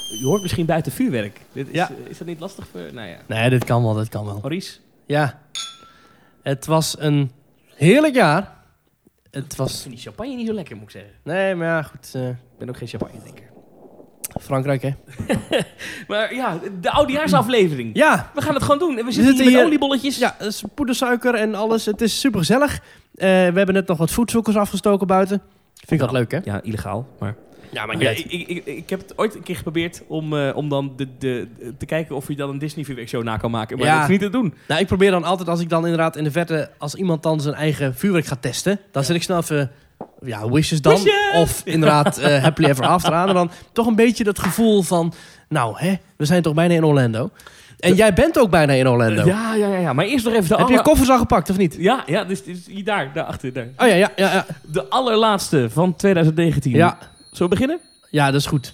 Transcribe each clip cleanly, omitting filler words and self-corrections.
je hoort misschien buiten vuurwerk. Is dat niet lastig voor... Nou ja. Nee, dit kan wel. Maurice? Ja. Het was een heerlijk jaar. Het was... Ik vind die champagne niet zo lekker, moet ik zeggen. Nee, maar ja, goed. Ik ben ook geen champagne-drinker. Frankrijk, hè? Maar ja, de oudejaarsaflevering. Ja. We gaan het gewoon doen. We zitten hier met oliebolletjes. Ja, dus poedersuiker en alles. Het is super gezellig. We hebben net nog wat voedzoekers afgestoken buiten. Vind ik dat leuk, hè? Ja, illegaal. Maar Ja, ik heb het ooit een keer geprobeerd om dan te kijken of je dan een Disney vuurwerkshow na kan maken. Maar dat is niet te doen. Nou, ik probeer dan altijd, als ik dan inderdaad in de verte... Als iemand dan zijn eigen vuurwerk gaat testen... Dan zet ik snel even... Ja, wishes dan. Wishes! Of inderdaad happily ever after aan. En dan toch een beetje dat gevoel van... Nou, we zijn toch bijna in Orlando. En jij bent ook bijna in Orlando. Ja. Maar eerst nog even Heb je je koffers al gepakt, of niet? Ja, dus hier daarachter. Daar. Oh ja. De allerlaatste van 2019. Ja. Zullen we beginnen? Ja, dat is goed.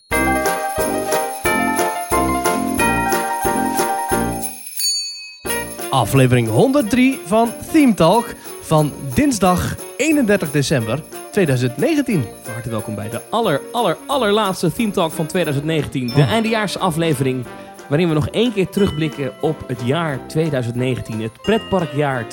Aflevering 103 van Theme Talk van dinsdag 31 december 2019. Van harte welkom bij de allerlaatste Theme Talk van 2019. De eindejaarsaflevering waarin we nog één keer terugblikken op het jaar 2019. Het pretparkjaar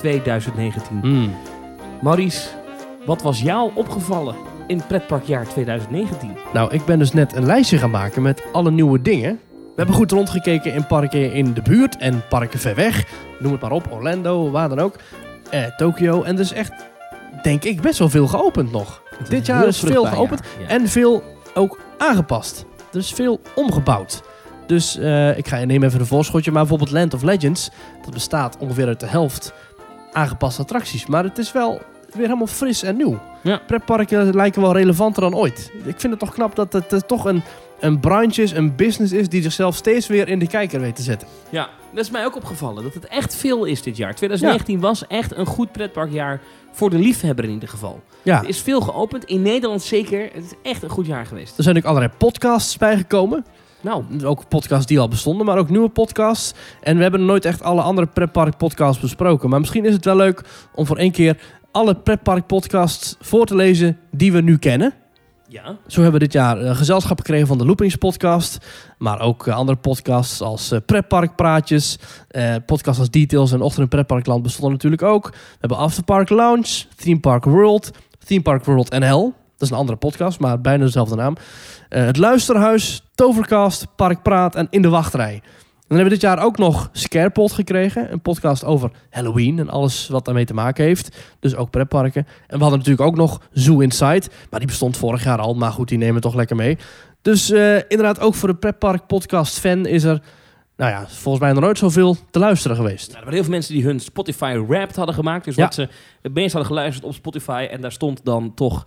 2019. Maurice, wat was jou opgevallen in het pretparkjaar 2019? Nou, ik ben dus net een lijstje gaan maken met alle nieuwe dingen. We hebben goed rondgekeken in parken in de buurt en parken ver weg. Noem het maar op, Orlando, waar dan ook. Tokio. En dus echt, denk ik, best wel veel geopend nog. Dit jaar is veel geopend en veel ook aangepast. Dus veel omgebouwd. Dus ik neem even een voorschotje. Maar bijvoorbeeld Land of Legends, dat bestaat ongeveer uit de helft aangepaste attracties. Maar het is wel weer helemaal fris en nieuw. Ja. Pretparken lijken wel relevanter dan ooit. Ik vind het toch knap dat het toch een branche is, een business is die zichzelf steeds weer in de kijker weet te zetten. Ja, dat is mij ook opgevallen. Dat het echt veel is dit jaar. 2019 was echt een goed pretparkjaar voor de liefhebber in ieder geval. Ja. Er is veel geopend. In Nederland zeker. Het is echt een goed jaar geweest. Er zijn ook allerlei podcasts bijgekomen. Nou. Ook podcasts die al bestonden, maar ook nieuwe podcasts. En we hebben nooit echt alle andere pretpark podcasts besproken. Maar misschien is het wel leuk om voor één keer alle pretpark podcasts voor te lezen die we nu kennen. Ja. Zo hebben we dit jaar gezelschap gekregen van de Loopings podcast. Maar ook andere podcasts als Pretparkpraatjes. Podcasts als Details en Ochtend in Pretparkland bestonden natuurlijk ook. We hebben Afterpark Lounge, Theme Park World, Theme Park World NL. Dat is een andere podcast, maar bijna dezelfde naam. Het Luisterhuis, Tovercast, Parkpraat en In de Wachtrij. En dan hebben we dit jaar ook nog Scarepot gekregen. Een podcast over Halloween en alles wat daarmee te maken heeft. Dus ook pretparken. En we hadden natuurlijk ook nog Zoo Inside. Maar die bestond vorig jaar al. Maar goed, die nemen we toch lekker mee. Dus inderdaad, ook voor de pretpark podcast fan is er... Nou ja, volgens mij nog nooit zoveel te luisteren geweest. Nou, er waren heel veel mensen die hun Spotify Wrapped hadden gemaakt. Dus wat ze het meest hadden geluisterd op Spotify. En daar stond dan toch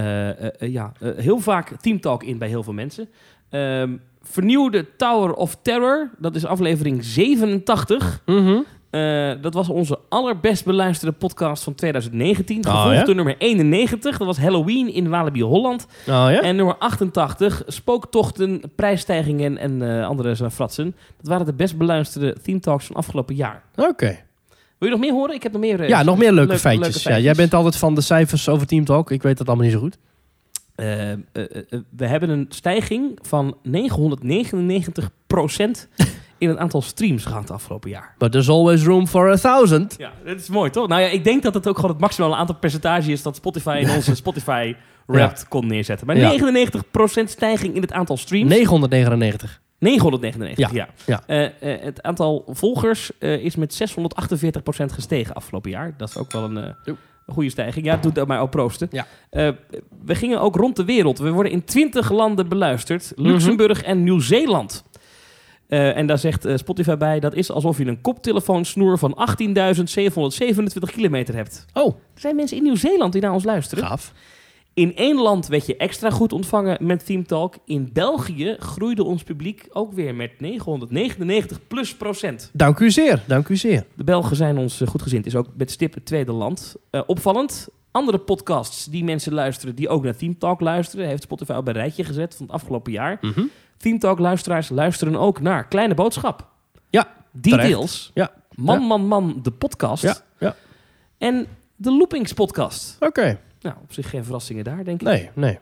heel vaak Theme Talk in bij heel veel mensen. Vernieuwde Tower of Terror. Dat is aflevering 87. Dat was onze allerbest beluisterde podcast van 2019. Gevolgd door nummer 91. Dat was Halloween in Walibi Holland. En nummer 88. Spooktochten, prijsstijgingen en andere fratsen. Dat waren de best beluisterde Theme Talks van afgelopen jaar. Oké. Wil je nog meer horen? Ik heb nog meer... nog meer leuke feitjes. Ja, jij bent altijd van de cijfers over Theme Talk. Ik weet dat allemaal niet zo goed. We hebben een stijging van 999% in het aantal streams gehad het afgelopen jaar. But there's always room for 1000. Ja, dat is mooi, toch? Nou ja, ik denk dat het ook gewoon het maximale aantal percentage is dat Spotify in onze Spotify Wrapped kon neerzetten. Maar 99% stijging in het aantal streams. 999. 999, ja. Het aantal volgers is met 648% gestegen afgelopen jaar. Dat is ook wel een goede stijging. Ja, doet dat maar ook proosten. Ja. We gingen ook rond de wereld. We worden in 20 landen beluisterd. Luxemburg en Nieuw-Zeeland. En daar zegt Spotify bij, dat is alsof je een koptelefoonsnoer van 18.727 kilometer hebt. Oh. Er zijn mensen in Nieuw-Zeeland die naar ons luisteren. Gaaf. In één land werd je extra goed ontvangen met Theme Talk. In België groeide ons publiek ook weer met 999+%. Dank u zeer, dank u zeer. De Belgen zijn ons goedgezind. Is ook met stip het tweede land. Opvallend, andere podcasts die mensen luisteren, die ook naar Theme Talk luisteren, heeft Spotify op een rijtje gezet van het afgelopen jaar. Theme Talk luisteraars luisteren ook naar Kleine Boodschap. Ja, Details. Ja. Man, de podcast. Ja. En de Loopings podcast. Oké. Nou, op zich geen verrassingen daar, denk ik. Nee.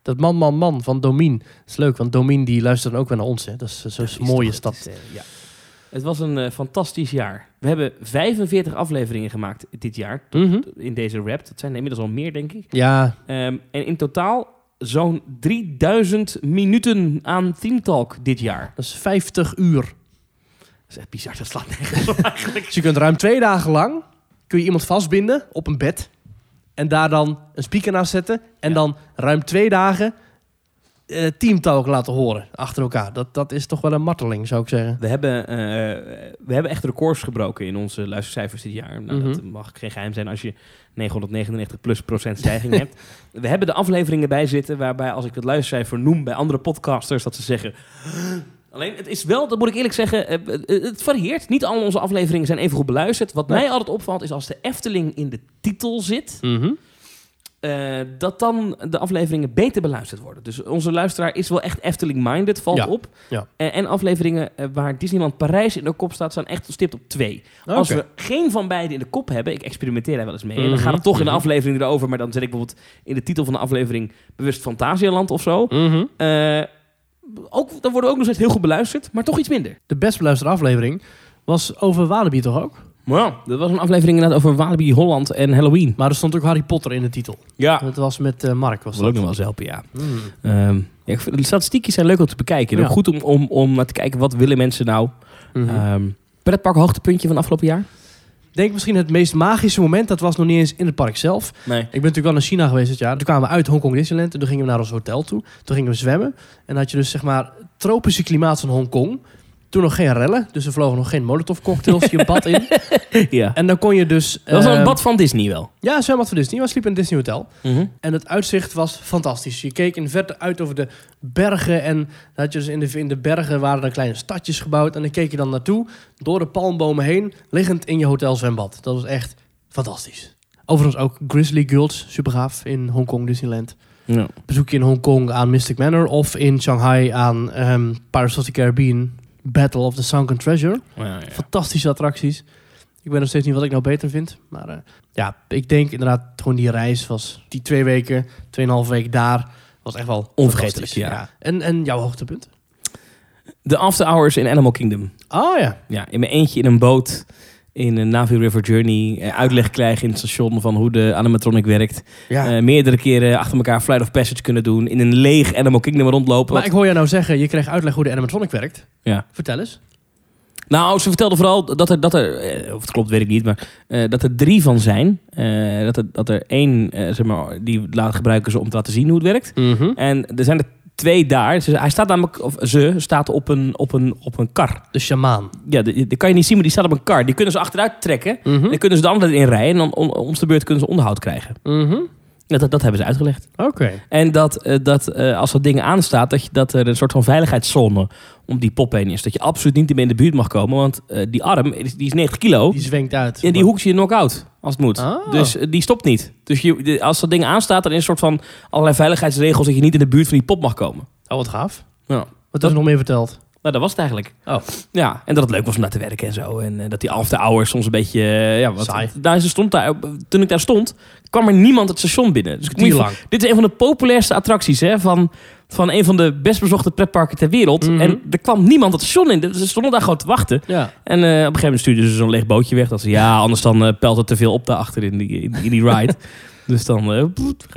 Dat Man van Domien. Dat is leuk, want Domien die luistert dan ook weer naar ons. Hè. Dat is zo'n mooie stad. Ja. Het was een fantastisch jaar. We hebben 45 afleveringen gemaakt dit jaar. In deze rap. Dat zijn er inmiddels al meer, denk ik. Ja. En in totaal zo'n 3000 minuten aan Team Talk dit jaar. Dat is 50 uur. Dat is echt bizar. Dat slaat nergens op eigenlijk. Dus je kunt ruim 2 dagen lang... kun je iemand vastbinden op een bed... en daar dan een speaker naast zetten... en dan ruim 2 dagen... Team Talk laten horen achter elkaar. Dat is toch wel een marteling, zou ik zeggen. We hebben echt records gebroken in onze luistercijfers dit jaar. Nou, dat mag geen geheim zijn als je 999% stijging hebt. We hebben de afleveringen bij zitten... waarbij als ik het luistercijfer noem bij andere podcasters... dat ze zeggen... Alleen, het is wel, dat moet ik eerlijk zeggen... het varieert. Niet al onze afleveringen zijn even goed beluisterd. Wat mij altijd opvalt is als de Efteling in de titel zit... dat dan de afleveringen beter beluisterd worden. Dus onze luisteraar is wel echt Efteling-minded, valt op. Ja. En afleveringen waar Disneyland Parijs in de kop staat... staan echt stipt op 2. Als we geen van beide in de kop hebben... ik experimenteer daar wel eens mee... en dan gaat het toch in de aflevering erover... maar dan zet ik bijvoorbeeld in de titel van de aflevering... bewust Fantasialand of zo... dan worden ook nog steeds heel goed beluisterd... maar toch iets minder. De best beluisterde aflevering was over Walibi toch ook? Ja, dat was een aflevering inderdaad over Walibi Holland en Halloween. Maar er stond ook Harry Potter in de titel. Ja. Dat was met Mark. Was dat ook nog wel eens helpen, ja. Ik vind, de statistiekjes zijn leuk om te bekijken. Ook goed om naar te kijken, wat willen mensen nou? Pretpark hoogtepuntje van afgelopen jaar? Ik denk misschien het meest magische moment, dat was nog niet eens in het park zelf. Nee. Ik ben natuurlijk wel naar China geweest dit jaar. Toen kwamen we uit Hongkong Disneyland en toen gingen we naar ons hotel toe. Toen gingen we zwemmen. En dan had je dus zeg maar het tropische klimaat van Hongkong. Toen nog geen rellen, dus er vlogen nog geen Molotov cocktails je bad in. Ja. En dan kon je dus... Dat was wel een bad van Disney wel. Ja, een zwembad van Disney. We sliepen in een Disney hotel. En het uitzicht was fantastisch. Je keek in de verte uit over de bergen. En dan had je dus in de bergen waren er kleine stadjes gebouwd. En dan keek je dan naartoe, door de palmbomen heen, liggend in je hotel zwembad. Dat was echt fantastisch. Overigens ook Grizzly Gulch, super gaaf, in Hongkong Disneyland. Ja. Bezoek je in Hongkong aan Mystic Manor of in Shanghai aan Pirates of the Caribbean... Battle of the Sunken Treasure. Ja. Fantastische attracties. Ik weet nog steeds niet wat ik nou beter vind. Maar ik denk inderdaad gewoon die reis was... Die 2 weken, 2,5 weken daar... was echt wel onvergetelijk. Ja. En jouw hoogtepunt? De After Hours in Animal Kingdom. Oh ja. Ja, in mijn eentje in een boot... in een Navi River Journey... uitleg krijgen in het station van hoe de animatronic werkt. Ja. Meerdere keren achter elkaar Flight of Passage kunnen doen... in een leeg Animal Kingdom rondlopen. Maar ik hoor jou nou zeggen... je kreeg uitleg hoe de animatronic werkt. Ja. Vertel eens. Nou, ze vertelde vooral dat er of het klopt weet ik niet... maar dat er 3 van zijn. Dat er 1, zeg maar... die gebruiken ze om te laten zien hoe het werkt. En er zijn er 2 daar. Hij staat namelijk, of ze staat op een kar. De sjamaan. Ja, die kan je niet zien, maar die staat op een kar. Die kunnen ze achteruit trekken. En dan kunnen ze de andere in rijden. En dan om de beurt kunnen ze onderhoud krijgen. Dat hebben ze uitgelegd. Oké. En dat als dat ding aanstaat, dat er een soort van veiligheidszone om die pop heen is. Dat je absoluut niet meer in de buurt mag komen. Want die arm, die is 90 kilo. Die zwenkt uit. En die hoekt je knock-out als het moet. Oh. Dus die stopt niet. Dus als dat ding aanstaat, dan is een soort van allerlei veiligheidsregels dat je niet in de buurt van die pop mag komen. Oh, wat gaaf. Ja. Wat is er nog meer verteld? Nou, dat was het eigenlijk. Oh. Ja, en dat het leuk was om naar te werken en zo. En dat die after hours soms een beetje... saai. Toen ik daar stond, kwam er niemand het station binnen. Dus dit is een van de populairste attracties van een van de best bezochte pretparken ter wereld. En er kwam niemand het station in. Ze stonden daar gewoon te wachten. Ja. En op een gegeven moment stuurden ze zo'n leeg bootje weg. Dat ze, anders dan pelt het te veel op daarachter in die ride. Dus dan...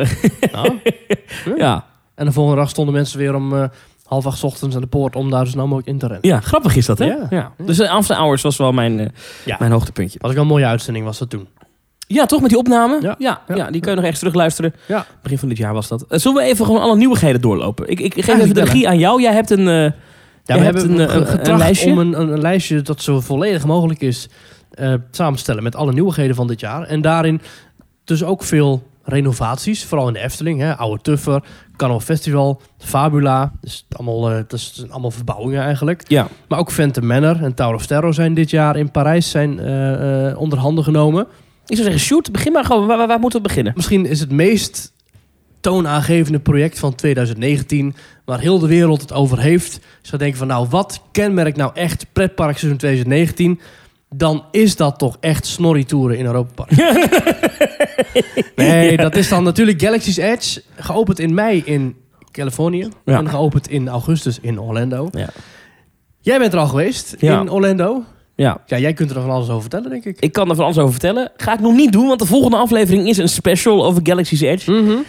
Ja. En de volgende dag stonden mensen weer om... 7:30 ochtends aan de poort om daar zo snel mogelijk in te rennen. Ja, grappig is dat, hè? Ja. Dus After Hours was wel mijn hoogtepuntje. Was ook wel een mooie uitzending, was dat toen. Ja, toch met die opname? Ja, die kun je nog ergens terugluisteren. Ja. Begin van dit jaar was dat. Zullen we even gewoon alle nieuwigheden doorlopen? Ik geef even de regie aan jou. Jij hebt we hebben een lijstje. Om een lijstje dat zo volledig mogelijk is samen te stellen met alle nieuwigheden van dit jaar. En daarin dus ook veel renovaties, vooral in de Efteling. Oude Tuffer, Carnaval Festival, Fabula. Dus dat is allemaal verbouwingen eigenlijk. Ja. Maar ook Phantom Manor en Tower of Terror zijn dit jaar in Parijs onder handen genomen. Ik zou zeggen, shoot, begin maar gewoon. Waar moeten we beginnen? Misschien is het meest toonaangevende project van 2019... waar heel de wereld het over heeft. Ik zou denken van, wat kenmerkt nou echt pretparkseizoen 2019... dan is dat toch echt snorri-toeren in Europa Park. Nee, dat is dan natuurlijk Galaxy's Edge. Geopend in mei in Californië. Ja. En geopend in augustus in Orlando. Ja. Jij bent er al geweest in Orlando. Ja. Ja, jij kunt er nog van alles over vertellen, denk ik. Ik kan er van alles over vertellen. Ga ik nog niet doen, want de volgende aflevering is een special over Galaxy's Edge. Mm-hmm.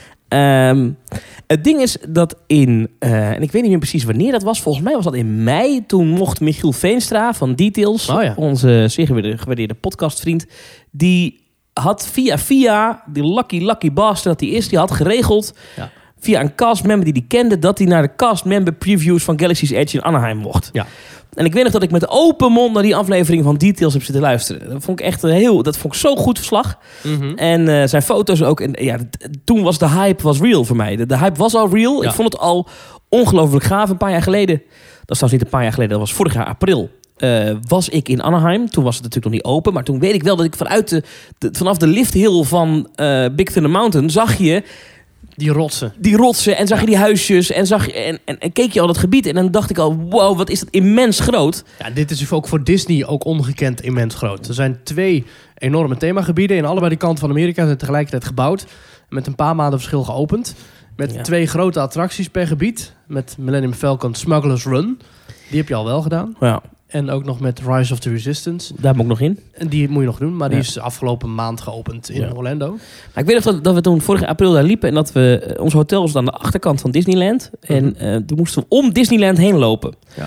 Het ding is dat en ik weet niet meer precies wanneer dat was. Volgens mij was dat in mei. Toen mocht Michiel Veenstra van Details, onze zeer gewaardeerde podcastvriend, die had via die lucky bastard dat hij is, die had geregeld via een castmember die kende, dat hij naar de castmember previews van Galaxy's Edge in Anaheim mocht. Ja. En ik weet nog dat ik met open mond naar die aflevering van Details heb zitten luisteren. Dat vond ik echt dat vond ik zo goed verslag. Mm-hmm. En zijn foto's ook. En toen was de hype real voor mij. De hype was al real. Ja. Ik vond het al ongelooflijk gaaf. Een paar jaar geleden. Dat is trouwens niet een paar jaar geleden. Dat was vorig jaar april. Was ik in Anaheim. Toen was het natuurlijk nog niet open. Maar toen weet ik wel dat ik vanaf de lifthill van Big Thunder Mountain zag je die rotsen en zag je die huisjes en keek je al dat gebied en dan dacht ik al, wow, wat is dat immens groot. Ja, dit is ook voor Disney ook ongekend immens groot. Er zijn 2 enorme themagebieden in allebei de kanten van Amerika zijn tegelijkertijd gebouwd, met een paar maanden verschil geopend, met 2 grote attracties per gebied, met Millennium Falcon Smuggler's Run. Die heb je al wel gedaan. Ja. En ook nog met Rise of the Resistance. Daar moet ik nog in. En die moet je nog doen, maar die is afgelopen maand geopend in Orlando. Maar ik weet nog dat we toen vorig april daar liepen en dat we ons hotel was aan de achterkant van Disneyland. Mm-hmm. En toen moesten we om Disneyland heen lopen. Ja.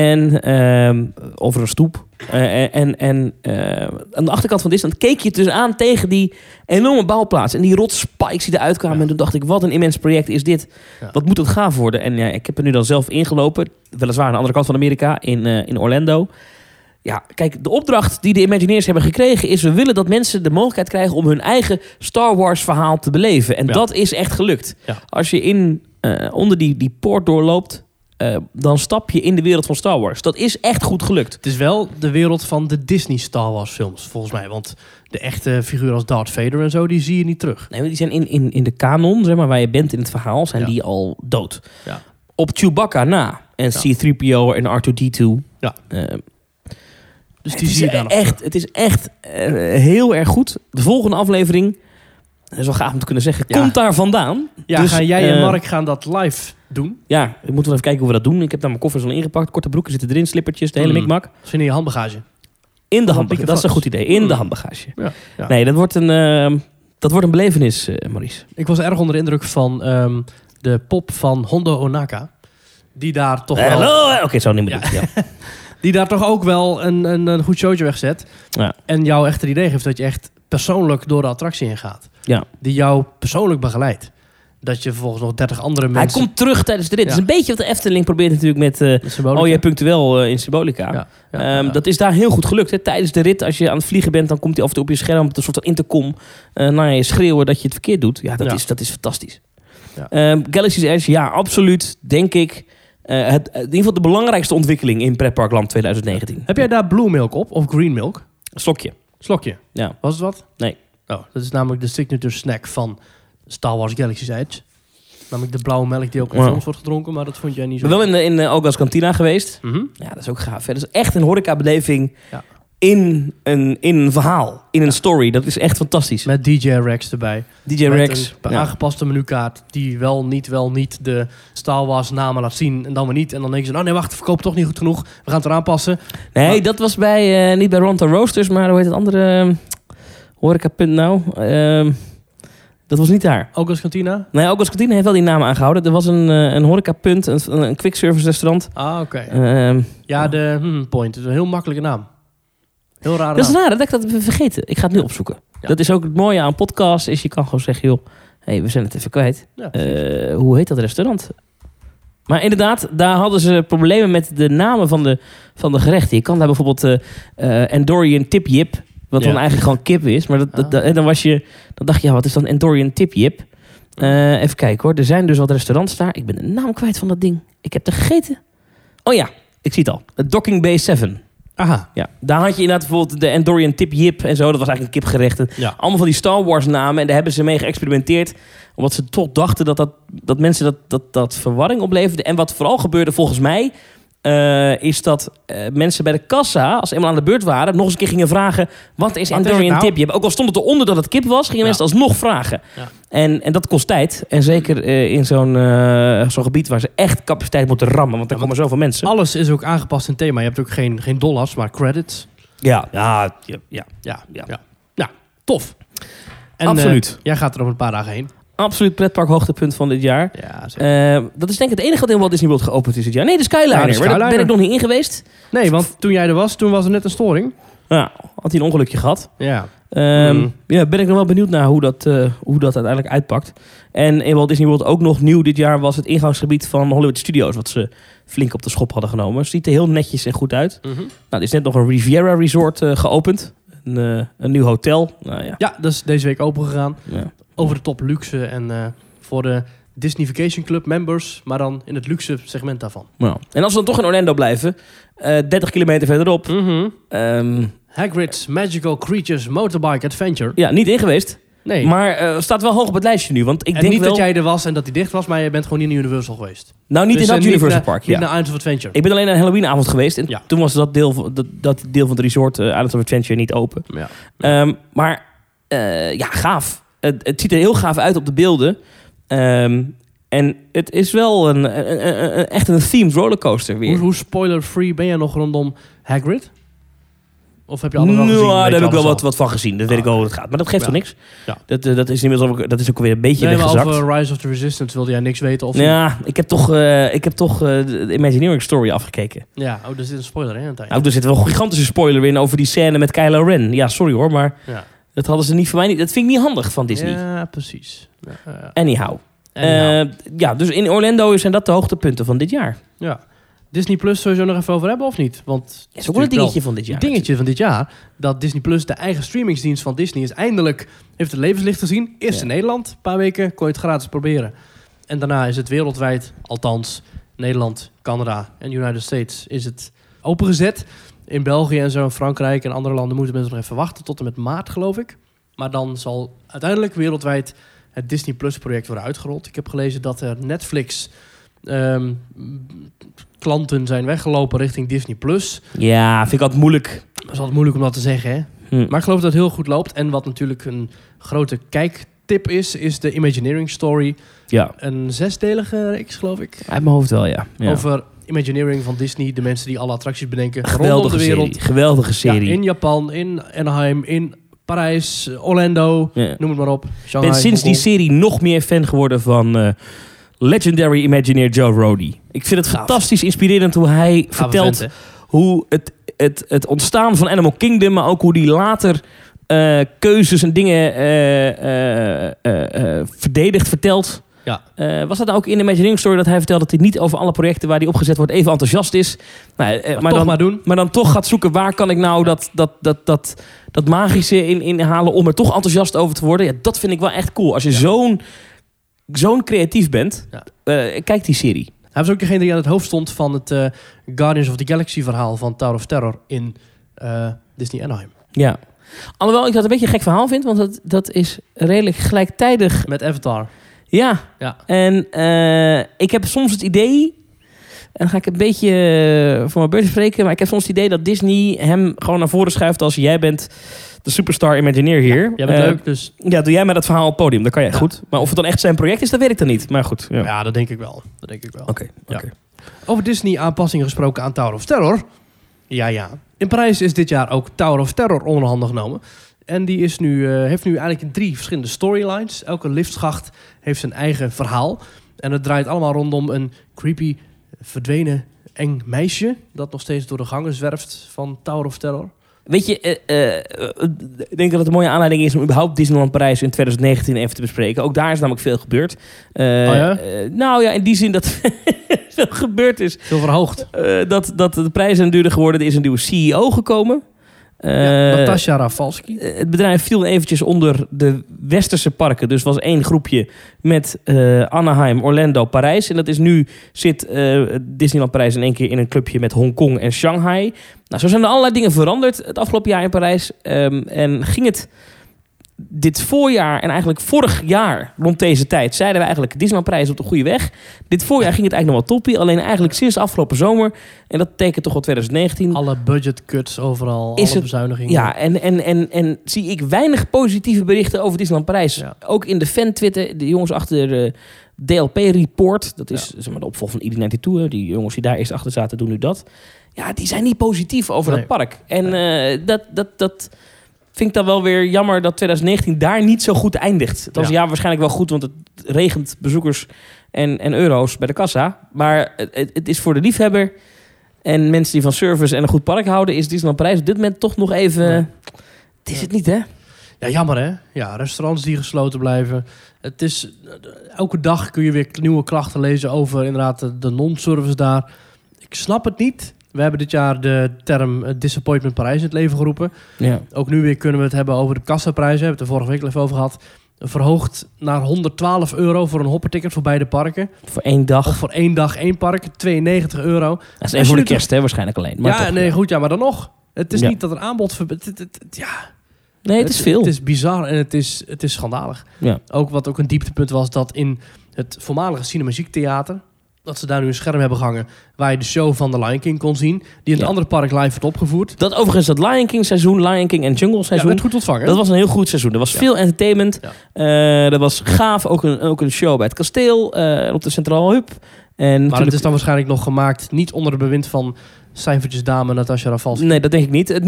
En over een stoep. En aan de achterkant van Disneyland keek je dus aan tegen die enorme bouwplaats. En die rotspikes die eruit kwamen. Ja. En toen dacht ik, wat een immens project is dit. Ja. Wat moet het gaaf worden? En ik heb er nu dan zelf ingelopen. Weliswaar aan de andere kant van Amerika, in Orlando. Ja, kijk, de opdracht die de Imagineers hebben gekregen is, we willen dat mensen de mogelijkheid krijgen om hun eigen Star Wars verhaal te beleven. En dat is echt gelukt. Ja. Als je onder die poort doorloopt, dan stap je in de wereld van Star Wars. Dat is echt goed gelukt. Het is wel de wereld van de Disney Star Wars films, volgens mij. Want de echte figuren als Darth Vader en zo, die zie je niet terug. Nee, die zijn in de kanon, zeg maar, waar je bent in het verhaal, zijn die al dood. Ja. Op Chewbacca na. En C-3PO en R2-D2. Ja. Dus die zie je daar nog echt, het is echt heel erg goed. De volgende aflevering, dat is wel gaaf om te kunnen zeggen, komt daar vandaan. Ja, dus, gaan jij en Mark gaan dat live doen? Ja, we moeten wel even kijken hoe we dat doen. Ik heb daar mijn koffers al ingepakt. Korte broeken zitten erin, slippertjes, de hele mikmak. Misschien in je handbagage? In de handbagage, dat is een goed idee. In de handbagage. Ja, ja. Nee, dat wordt een belevenis, Maurice. Ik was erg onder de indruk van de pop van Hondo Ohnaka. Die daar toch wel... Oké, zo niet meer doen. Ja. Die daar toch ook wel een goed showtje wegzet. Ja. En jou echt het idee geeft dat je echt persoonlijk door de attractie heen gaat. Ja. Die jou persoonlijk begeleidt. Dat je vervolgens nog 30 andere mensen... Hij komt terug tijdens de rit. Het is een beetje wat de Efteling probeert natuurlijk met jij punctueel in Symbolica. Ja. Dat is daar heel goed gelukt. Hè? Tijdens de rit, als je aan het vliegen bent, dan komt hij af en toe op je scherm met een soort van intercom naar je schreeuwen dat je het verkeerd doet. Ja, dat is fantastisch. Ja. Galaxy's Edge, ja, absoluut, denk ik. In ieder geval de belangrijkste ontwikkeling in Pretparkland 2019. Ja. Heb jij daar Blue Milk op of Green Milk? Slokje. Ja. Was het wat? Nee. Oh, dat is namelijk de signature snack van Star Wars Galaxy's Edge. Namelijk de blauwe melk die ook in films wordt gedronken, maar dat vond jij niet zo. Ik ben wel in Oga's Cantina geweest. Mm-hmm. Ja, dat is ook gaaf. Dat is echt een horecabeleving in een verhaal, in een story. Dat is echt fantastisch. Met DJ Rex erbij. DJ Rex. Een aangepaste menukaart die wel niet de Star Wars namen laat zien en dan weer niet. En dan denken ze, nee wacht, verkoop toch niet goed genoeg. We gaan het eraan passen. Nee, dat was niet bij Ronto Roasters, maar hoe heet het andere horecapunt nou? Dat was niet daar. Oga's Cantina? Nee, Oga's Cantina heeft wel die naam aangehouden. Er was een horecapunt, een quick service restaurant. Ah, oké. De Point. Dat is een heel makkelijke naam. Heel raar. Dat is raar, dat ik dat vergeten. Ik ga het nu opzoeken. Ja. Dat is ook het mooie aan podcast, is je kan gewoon zeggen, joh, we zijn het even kwijt. Ja, hoe heet dat restaurant? Maar inderdaad, daar hadden ze problemen met de namen van de gerechten. Je kan daar bijvoorbeeld Andorian Tip Yip, wat dan eigenlijk gewoon kip is. Maar dan dacht je, wat is dan Andorian Tip Yip? Even kijken hoor. Er zijn dus wat restaurants daar. Ik ben de naam kwijt van dat ding. Ik heb er gegeten. Oh ja, ik zie het al. Het Docking Bay 7. Aha. Ja, daar had je inderdaad bijvoorbeeld de Andorian Tip Yip en zo. Dat was eigenlijk een kipgerecht. Ja. Allemaal van die Star Wars namen. En daar hebben ze mee geëxperimenteerd. Omdat ze toch dachten dat mensen dat verwarring opleverde. En wat vooral gebeurde volgens mij, is dat mensen bij de kassa, als ze eenmaal aan de beurt waren, nog eens een keer gingen vragen, wat is Andorian nou? Tip? Ook al stond het eronder dat het kip was, gingen mensen alsnog vragen. Ja. En dat kost tijd. En zeker in zo'n gebied waar ze echt capaciteit moeten rammen, want er komen zoveel mensen. Alles is ook aangepast in thema. Je hebt ook geen dollars, maar credits. Ja. Tof. En, absoluut. Jij gaat er over een paar dagen heen. Absoluut pretpark hoogtepunt van dit jaar. Ja, dat is denk ik het enige wat in Walt Disney World geopend is dit jaar. Nee, de Skyliner. Daar ben ik nog niet in geweest. Nee, want toen jij er was, toen was er net een storing. Ja, had hij een ongelukje gehad. Ja. Ja, ben ik nog wel benieuwd naar hoe dat uiteindelijk uitpakt. En in Walt Disney World ook nog nieuw dit jaar was het ingangsgebied van Hollywood Studios, wat ze flink op de schop hadden genomen. Ziet er heel netjes en goed uit. Nou, er is net nog een Riviera Resort geopend. Een nieuw hotel. Nou, ja, dat is deze week open gegaan. Ja. Over de top luxe en voor de Disney Vacation Club members, maar dan in het luxe segment daarvan. Nou. En als we dan toch in Orlando blijven, 30 kilometer verderop. Hagrid's Magical Creatures Motorbike Adventure. Ja, niet in geweest. Nee. Maar staat wel hoog op het lijstje nu. Want ik en denk niet wel dat jij er was en dat hij dicht was, maar je bent gewoon niet in Universal geweest. Nou, niet dus in dat Universal Park. Niet naar Islands of Adventure. Ik ben alleen naar een Halloweenavond geweest. En toen was dat deel van het resort Islands of Adventure niet open. Ja. Maar gaaf. Het ziet er heel gaaf uit op de beelden. En het is wel echt een themed rollercoaster weer. Hoe spoiler-free ben jij nog rondom Hagrid? Of heb je allemaal gezien? Daar heb ik wel wat van gezien. Dat weet ik wel hoe het gaat. Maar dat geeft toch niks? Ja. Dat is ook weer een beetje weggezakt. Over Rise of the Resistance wilde jij niks weten? Of ja, ik heb toch de Imagineering Story afgekeken. Ja, er zit een spoiler in. Nou, er zit wel een gigantische spoiler in over die scène met Kylo Ren. Ja, sorry hoor, maar dat hadden ze niet voor mij niet. Dat vind ik niet handig van Disney. Ja, precies. Anyhow. Dus in Orlando zijn dat de hoogtepunten van dit jaar. Ja. Disney Plus sowieso nog even over hebben of niet? Want het is ook wel een dingetje van dit jaar. Een dingetje van dit jaar. Dat Disney Plus, de eigen streamingsdienst van Disney, is eindelijk heeft het levenslicht gezien. Eerst in Nederland. Een paar weken kon je het gratis proberen. En daarna is het wereldwijd, althans Nederland, Canada en United States, is het opengezet. In België en zo, in Frankrijk en andere landen moeten mensen nog even wachten tot en met maart, geloof ik. Maar dan zal uiteindelijk wereldwijd het Disney Plus project worden uitgerold. Ik heb gelezen dat er Netflix klanten zijn weggelopen richting Disney Plus. Ja, vind ik altijd moeilijk. Dat is altijd moeilijk om dat te zeggen, hè? Maar ik geloof dat het heel goed loopt. En wat natuurlijk een grote kijktip is de Imagineering Story. Ja. Een 6-delige reeks, geloof ik. Uit mijn hoofd wel, ja. Over Imagineering van Disney. De mensen die alle attracties bedenken rondom de wereld. Geweldige serie. Ja, in Japan, in Anaheim, in Parijs, Orlando, noem het maar op. Ik ben sinds die serie nog meer fan geworden van legendary Imagineer Joe Rohde. Ik vind het fantastisch inspirerend hoe hij vertelt hoe het ontstaan van Animal Kingdom, maar ook hoe die later keuzes en dingen vertelt. Ja. Was dat nou ook in de Imagineering Story dat hij vertelt dat hij niet over alle projecten waar hij opgezet wordt even enthousiast is? Maar dan toch gaat zoeken waar kan ik nou dat magische in halen om er toch enthousiast over te worden. Ja, dat vind ik wel echt cool. Als je zo'n creatief bent, kijk die serie. Hij was ook degene die aan het hoofd stond van het Guardians of the Galaxy verhaal van Tower of Terror in Disney Anaheim. Ja. Alhoewel ik dat een beetje een gek verhaal vind, want dat is redelijk gelijktijdig met Avatar. Ja. En ik heb soms het idee, en dan ga ik een beetje voor mijn beurt spreken, maar ik heb soms het idee dat Disney hem gewoon naar voren schuift als jij bent de superstar Imagineer hier. Ja, jij bent leuk, dus. Ja, doe jij maar dat verhaal op het podium. Dat kan jij goed. Maar of het dan echt zijn project is, dat weet ik dan niet. Maar goed. Ja, dat denk ik wel. Oké. Over Disney aanpassingen gesproken aan Tower of Terror. Ja. In Parijs is dit jaar ook Tower of Terror onder handen genomen. En die is heeft nu eigenlijk 3 verschillende storylines. Elke liftschacht heeft zijn eigen verhaal. En het draait allemaal rondom een creepy, verdwenen, eng meisje dat nog steeds door de gangen zwerft van Tower of Terror. Weet je, ik denk dat het een mooie aanleiding is om überhaupt Disneyland Parijs in 2019 even te bespreken. Ook daar is namelijk veel gebeurd. In die zin dat veel gebeurd is. Veel verhoogd. Dat de prijzen zijn duurder geworden. Er is een nieuwe CEO gekomen. Natasha Rafalski. Het bedrijf viel eventjes onder de westerse parken. Dus was 1 groepje met Anaheim, Orlando, Parijs. En dat is nu zit Disneyland Parijs in één keer in een clubje met Hongkong en Shanghai. Nou, zo zijn er allerlei dingen veranderd het afgelopen jaar in Parijs. En ging het dit voorjaar en eigenlijk vorig jaar rond deze tijd zeiden we eigenlijk Disneyland-prijs op de goede weg. Dit voorjaar ging het eigenlijk nog wel toppie. Alleen eigenlijk sinds afgelopen zomer, en dat tekent toch wel 2019. Alle budget cuts overal, alle bezuinigingen. Ja, en zie ik weinig positieve berichten over Disneyland-prijs. Ja. Ook in de fan-Twitter, de jongens achter DLP Report, dat is zeg maar de opvolger van ID92, die jongens die daar eerst achter zaten doen nu dat. Ja, die zijn niet positief over dat park. En dat vind ik dan wel weer jammer dat 2019 daar niet zo goed eindigt. Het was waarschijnlijk wel goed, want het regent bezoekers en euro's bij de kassa. Maar het is voor de liefhebber en mensen die van service en een goed park houden, is Disneyland-prijs op dit moment toch nog even... Het is het niet, hè? Ja, jammer hè? Ja, restaurants die gesloten blijven. Het is... Elke dag kun je weer nieuwe klachten lezen over inderdaad de non-service daar. Ik snap het niet. We hebben dit jaar de term Disappointment Parijs in het leven geroepen. Ja. Ook nu weer kunnen we het hebben over de kassaprijzen. We hebben het er vorige week even over gehad. Verhoogd naar €112 voor een hopperticket voor beide parken. Voor 1 dag. Of voor 1 dag 1 park, €92. Dat is even voor de kerst, hè, waarschijnlijk alleen. Maar ja, toch, nee, goed, ja, maar dan nog. Het is niet dat er aanbod... Nee, het is veel. Het is bizar en het is schandalig. Ja. Ook wat ook een dieptepunt was, dat in het voormalige Cinemagique Theater, dat ze daar nu een scherm hebben gehangen waar je de show van The Lion King kon zien, die in een andere park live werd opgevoerd. Dat overigens, dat Lion King seizoen, Lion King en Jungle seizoen, werd goed ontvangen. Dat was een heel goed seizoen. Er was veel entertainment. Ja. Dat was gaaf. Ook een show bij het kasteel, op de Centraal Hub. Maar het is dan waarschijnlijk nog gemaakt niet onder de bewind van cijfertjesdame Natasha Rafalski. Nee, dat denk ik niet. Het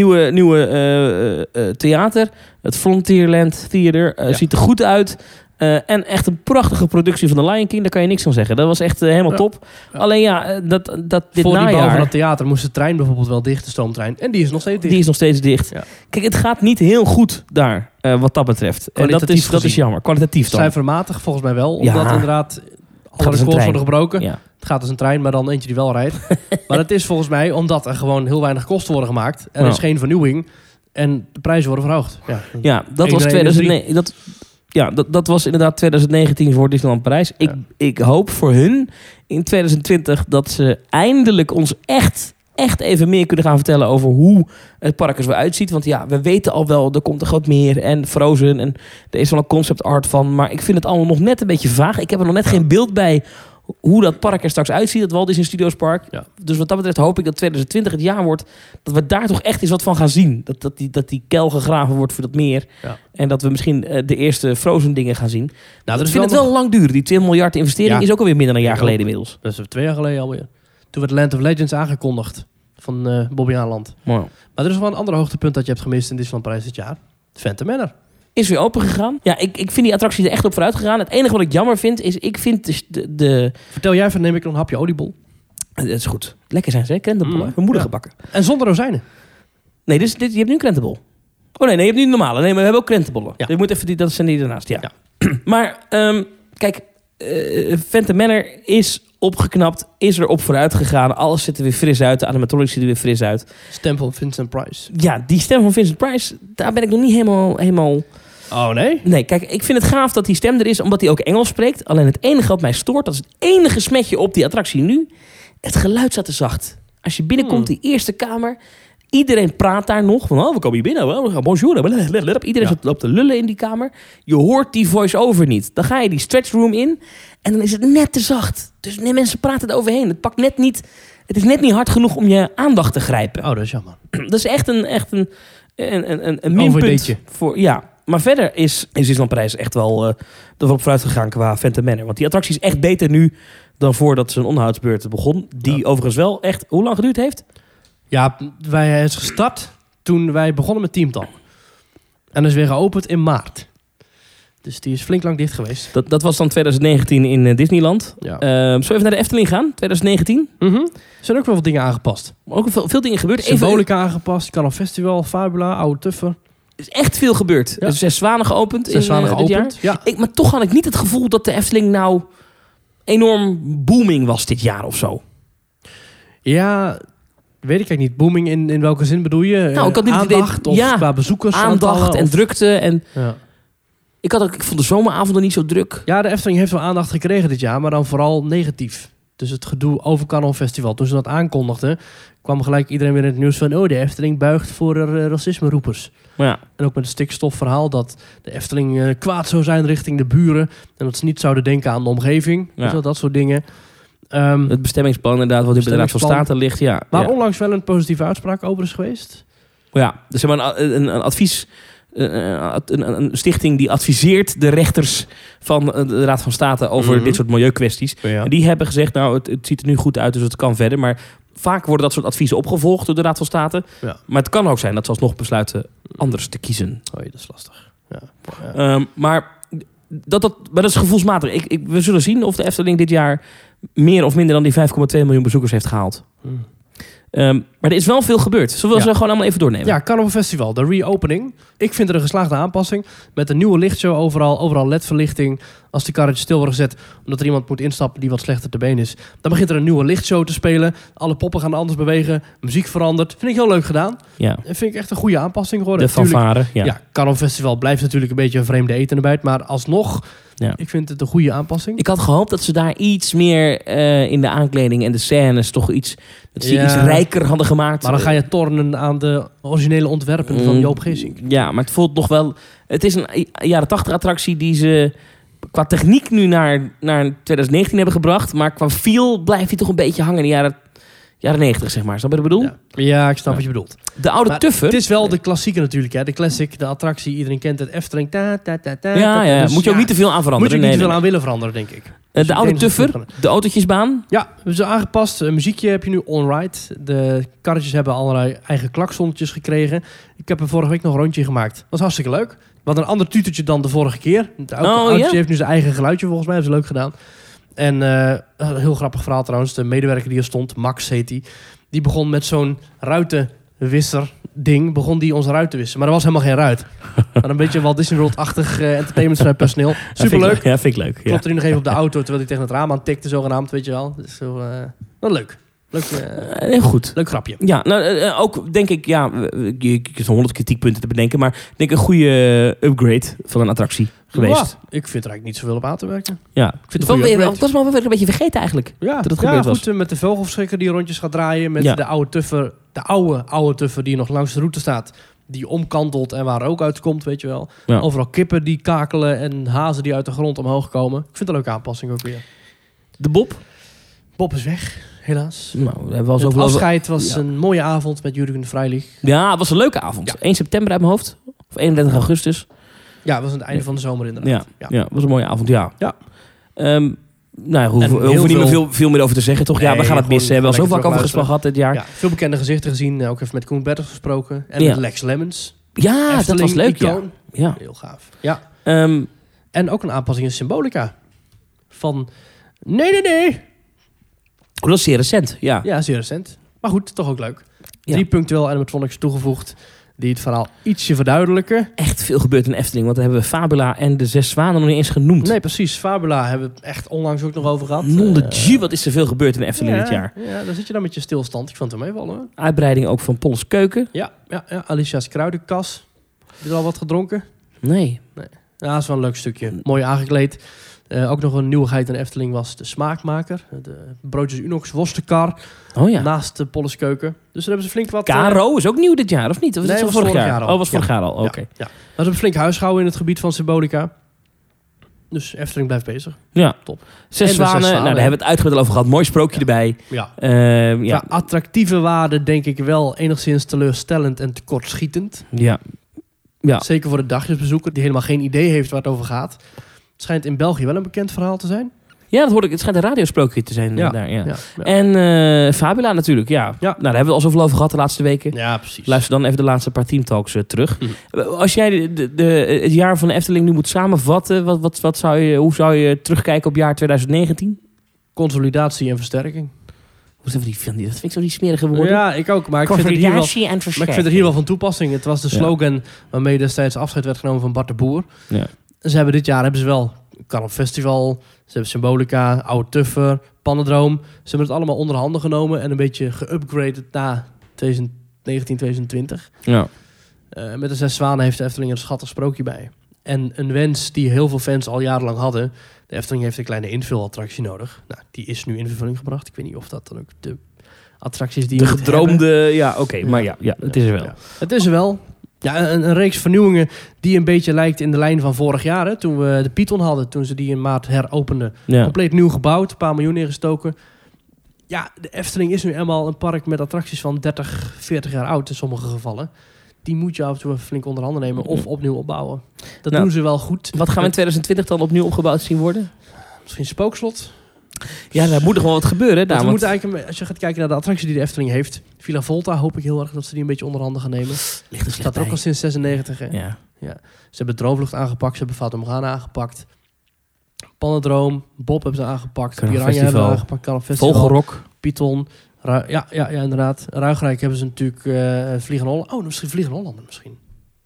nieuwe theater, het Frontierland Theater, ziet er goed uit. En echt een prachtige productie van The Lion King. Daar kan je niks van zeggen. Dat was echt helemaal top. Ja. Alleen dit voor najaar... die bouw van het theater moest de trein bijvoorbeeld wel dicht, de stoomtrein. En die is nog steeds dicht. Die is nog steeds dicht. Ja. Kijk, het gaat niet heel goed daar, wat dat betreft. En dat is jammer. Kwalitatief dan. Cijfermatig volgens mij wel. Omdat inderdaad alle records worden gebroken. Ja. Het gaat als een trein, maar dan eentje die wel rijdt. Maar het is volgens mij omdat er gewoon heel weinig kosten worden gemaakt. Er is geen vernieuwing. En de prijzen worden verhoogd. Ja, dat was 2009. Dat was inderdaad 2019 voor Disneyland Parijs. Ja. Ik hoop voor hun in 2020 dat ze eindelijk ons echt even meer kunnen gaan vertellen over hoe het park er zo uitziet. Want ja, we weten al wel, er komt een groot meer en Frozen en er is wel een concept art van. Maar ik vind het allemaal nog net een beetje vaag. Ik heb er nog net geen beeld bij hoe dat park er straks uitziet, het Walt Disney Studios Park. Ja. Dus wat dat betreft hoop ik dat 2020 het jaar wordt dat we daar toch echt eens wat van gaan zien. Dat die kuil gegraven wordt voor dat meer. Ja. En dat we misschien de eerste Frozen dingen gaan zien. Nou, ik vind het wel lang duren. Die 2 miljard investering is ook alweer minder dan een jaar geleden inmiddels. Dat is 2 jaar geleden alweer. Toen werd Land of Legends aangekondigd van Bobby Aanland. Wow. Maar er is wel een ander hoogtepunt dat je hebt gemist in Disneyland Parijs dit jaar. Phantom Manor. Is weer open gegaan. Ja, ik vind die attractie er echt op vooruit gegaan. Het enige wat ik jammer vind, is ik vind de... Vertel jij van, neem ik nog een hapje oliebol? Dat is goed. Lekker zijn ze, hè? Krentenbollen. Mijn moeder gebakken. En zonder rozijnen? Nee, je hebt nu een krentenbol. Oh nee, je hebt nu een normale. Nee, maar we hebben ook krentenbollen. Ja. Je moet even dat zijn die ernaast. Ja. Maar kijk, Phantom Manor is opgeknapt, is er op vooruit gegaan. Alles ziet er weer fris uit. De animatronics ziet er weer fris uit. Stem van Vincent Price. Ja, die stem van Vincent Price, daar ben ik nog niet helemaal... Oh, nee? Nee, kijk, ik vind het gaaf dat die stem er is, omdat hij ook Engels spreekt. Alleen het enige wat mij stoort, dat is het enige smetje op die attractie nu. Het geluid staat te zacht. Als je binnenkomt, die eerste kamer, iedereen praat daar nog. Van, we komen hier binnen. Bonjour. Iedereen loopt te lullen in die kamer. Je hoort die voice-over niet. Dan ga je die stretch room in en dan is het net te zacht. Dus mensen praten er overheen. Het is net niet hard genoeg om je aandacht te grijpen. Oh, dat is jammer. Dat is echt een minpunt voor... Ja. Maar verder is Disneyland Parijs echt wel erop vooruit gegaan qua Phantom Manor. Want die attractie is echt beter nu dan voordat zijn onderhoudsbeurt begon. Die overigens wel echt... Hoe lang geduurd heeft? Ja, wij is gestart toen wij begonnen met Team Talk. En is weer geopend in maart. Dus die is flink lang dicht geweest. Dat was dan 2019 in Disneyland. Ja. Zullen we even naar de Efteling gaan? 2019? Er zijn ook wel wat dingen aangepast. Ook veel dingen gebeurd. Symbolica aangepast. Carnaval Festival, Fabula, Oude Tuffer. Er is echt veel gebeurd. Ja. Er zijn Zwanen geopend. Dit jaar. Ja. Maar toch had ik niet het gevoel dat de Efteling nou enorm booming was dit jaar of zo. Ja, weet ik eigenlijk niet. Booming in welke zin bedoel je? Nou, ik had niet aandacht of qua bezoekers? Aandacht en drukte. En ik vond de zomeravonden niet zo druk. Ja, de Efteling heeft wel aandacht gekregen dit jaar, maar dan vooral negatief. Dus het gedoe over Carnaval Festival. Toen ze dat aankondigden, kwam gelijk iedereen weer in het nieuws van... de Efteling buigt voor racisme-roepers. Ja. En ook met het stikstofverhaal dat de Efteling kwaad zou zijn richting de buren. En dat ze niet zouden denken aan de omgeving. Ja. Dus dat soort dingen. Het bestemmingsplan inderdaad, wat in de Raad van State ligt. Ja. Maar onlangs wel een positieve uitspraak over is geweest. Ja, dus zeg maar een advies... Een stichting die adviseert de rechters van de Raad van State over dit soort milieukwesties. Ja. En die hebben gezegd, nou, het ziet er nu goed uit, dus het kan verder. Maar vaak worden dat soort adviezen opgevolgd door de Raad van State. Ja. Maar het kan ook zijn dat ze alsnog besluiten anders te kiezen. Oh, dat is lastig. Ja. Maar dat is gevoelsmatig. We zullen zien of de Efteling dit jaar meer of minder dan die 5,2 miljoen bezoekers heeft gehaald. Maar er is wel veel gebeurd. Zullen we ze gewoon allemaal even doornemen? Ja, Carnaval Festival, de reopening. Ik vind er een geslaagde aanpassing. Met een nieuwe lichtshow overal LED-verlichting. Als die karretjes stil worden gezet, omdat er iemand moet instappen die wat slechter te been is. Dan begint er een nieuwe lichtshow te spelen. Alle poppen gaan anders bewegen. Muziek verandert. Vind ik heel leuk gedaan. Ja. Dat vind ik echt een goede aanpassing geworden. De fanfare, ja. Carnaval Festival blijft natuurlijk een beetje een vreemde eten erbij. Maar alsnog, ik vind het een goede aanpassing. Ik had gehoopt dat ze daar iets meer in de aankleding en de scènes toch iets rijker hadden gemaakt. Maar dan ga je tornen aan de originele ontwerpen van Joop Geesink. Ja, maar het voelt nog wel... Het is een jaren 80 attractie die ze qua techniek nu naar 2019 hebben gebracht. Maar qua feel blijft hij toch een beetje hangen in de jaren 90, zeg maar. Snap je wat ik bedoel? Ja, ik snap wat je bedoelt. De oude Tuffer... Het is wel de klassieke natuurlijk, hè. De classic, de attractie. Iedereen kent het. Efteling. Dus, moet je ook niet te veel aan veranderen. Moet je niet te veel aan willen veranderen, denk ik. Dus de oude Tuffer, de autootjesbaan. Ja, hebben ze aangepast. Muziekje heb je nu on-ride. De karretjes hebben allerlei eigen klaksonnetjes gekregen. Ik heb er vorige week nog een rondje gemaakt. Was hartstikke leuk. Wat een ander tutertje dan de vorige keer. Het autootje heeft nu zijn eigen geluidje volgens mij. Dat is leuk gedaan. En een heel grappig verhaal trouwens. De medewerker die er stond, Max heet hij. Die begon met zo'n ruitenwisser ding. Begon die onze ruit te wissen. Maar er was helemaal geen ruit. Maar een beetje Walt Disney World-achtig entertainment personeel. Superleuk. Ja, vind ik leuk. Klopte hij nog even op de auto terwijl hij tegen het raam aan tikte zogenaamd. Weet je wel. Dus zo, wat leuk. Heel goed. Leuk grapje. Ja, ook denk ik, je kunt 100 kritiekpunten te bedenken, maar ik denk een goede upgrade van een attractie geweest. Ja, ik vind er eigenlijk niet zoveel op aan te werken. Ja, ik vind het was wel weer een beetje vergeten eigenlijk. Ja, dat het gebeurd was. Goed, met de vogelverschrikker die rondjes gaat draaien, met de oude Tuffer, de oude Tuffer die nog langs de route staat, die omkantelt en waar rook uitkomt, weet je wel. Ja. Overal kippen die kakelen en hazen die uit de grond omhoog komen. Ik vind het een leuke aanpassing ook weer. De Bob? Bob is weg. Helaas. Nou, het afscheid was een mooie avond met Jurgen de Vrijlich. Ja, het was een leuke avond. Ja. 1 september uit mijn hoofd. Of 31 augustus. Ja, het was aan het einde van de zomer inderdaad. Ja, het was een mooie avond, ja. Nou, hoeven niet meer veel meer over te zeggen, toch? Nee, ja, we gaan het missen. We hebben al zo vaak over gesproken gehad dit jaar. Ja, veel bekende gezichten gezien. Ook even met Koen Bertels gesproken. En met Lex Lemmens. Ja, Efteling, dat was leuk, ja. Heel gaaf. Ja. En ook een aanpassing in Symbolica. Van nee. Oh, dat is zeer recent, ja. Ja, zeer recent. Maar goed, toch ook leuk. 3 punctueel animatronics toegevoegd die het verhaal ietsje verduidelijken. Echt veel gebeurd in Efteling, want dan hebben we Fabula en de 6 Zwanen nog niet eens genoemd. Nee, precies. Fabula hebben we het echt onlangs ook nog over gehad. Wat is er veel gebeurd in Efteling dit jaar. Ja, daar zit je dan met je stilstand. Ik vond het meevallen, hoor. Uitbreiding ook van Polles Keuken. Ja. Alicia's Kruidenkas. Heb je al wat gedronken? Nee. Ja, dat is wel een leuk stukje. Mooi aangekleed. Ook nog een nieuwigheid in Efteling was de smaakmaker. De broodjes Unox worstenkar. Oh ja. Naast de Polles Keuken. Dus daar hebben ze flink wat... Caro is ook nieuw dit jaar, of niet? Of nee, was vorig jaar al. Oh, was vorig jaar al. Oké. Ja. Maar ze hebben flink huisgehouden in het gebied van Symbolica. Dus Efteling blijft bezig. Ja. Top. 6 Zwanen. Nou, daar hebben we het uitgebreid over gehad. Mooi sprookje erbij. Ja. Qua attractieve waarde denk ik wel enigszins teleurstellend en tekortschietend. Ja. Zeker voor de dagjesbezoeker die helemaal geen idee heeft waar het over gaat. Het schijnt in België wel een bekend verhaal te zijn. Ja, dat hoorde ik. Het schijnt een radiosprookje te zijn daar. Ja. En Fabula natuurlijk, ja. Nou, daar hebben we het al zoveel over gehad de laatste weken. Ja, precies. Luister dan even de laatste paar teamtalks terug. Als jij het jaar van de Efteling nu moet samenvatten, hoe zou je terugkijken op jaar 2019? Consolidatie en versterking. Dat vind ik zo die smerige woorden. Ja, ik ook. Maar ik vind het hier wel van toepassing. Het was de slogan waarmee destijds afscheid werd genomen van Bart de Boer. Ja. Dit jaar hebben ze wel Carnaval Festival, ze hebben Symbolica, Oude Tuffer, Pannendroom. Ze hebben het allemaal onder handen genomen en een beetje geupgraded na 2019, 2020. Ja. Met de 6 Zwanen heeft de Efteling een schattig sprookje bij. En een wens die heel veel fans al jarenlang hadden. De Efteling heeft een kleine invulattractie nodig. Nou, die is nu in vervulling gebracht. Ik weet niet of dat dan ook de attractie is die De je moet gedroomde... hebben. Ja, oké. Maar ja, het is er wel. Ja. Het is er wel. Ja, een reeks vernieuwingen die een beetje lijkt in de lijn van vorig jaar. Hè, toen we de Python hadden, toen ze die in maart heropenden. Ja. Compleet nieuw gebouwd, een paar miljoen ingestoken. Ja, de Efteling is nu eenmaal een park met attracties van 30, 40 jaar oud in sommige gevallen. Die moet je af en toe even flink onder handen nemen of opnieuw opbouwen. Dat doen ze wel goed. Wat gaan we in 2020 dan opnieuw opgebouwd zien worden? Misschien Spookslot. Ja, daar moet nog wel wat gebeuren. We moeten eigenlijk, als je gaat kijken naar de attractie die de Efteling heeft. Villa Volta hoop ik heel erg dat ze die een beetje onder handen gaan nemen. Ligt er Staat er ook al sinds 96. Hè? Ja. Ze hebben Droomvlucht aangepakt. Ze hebben Fata Morgana aangepakt. Pannendroom. Bob hebben ze aangepakt. Piranha hebben ze aangepakt. Carnaval Festival. Vogelrok. Python. Ja, inderdaad. Ruigrijk hebben ze natuurlijk Vliegen Hollander. Oh, misschien Vliegen Hollander misschien.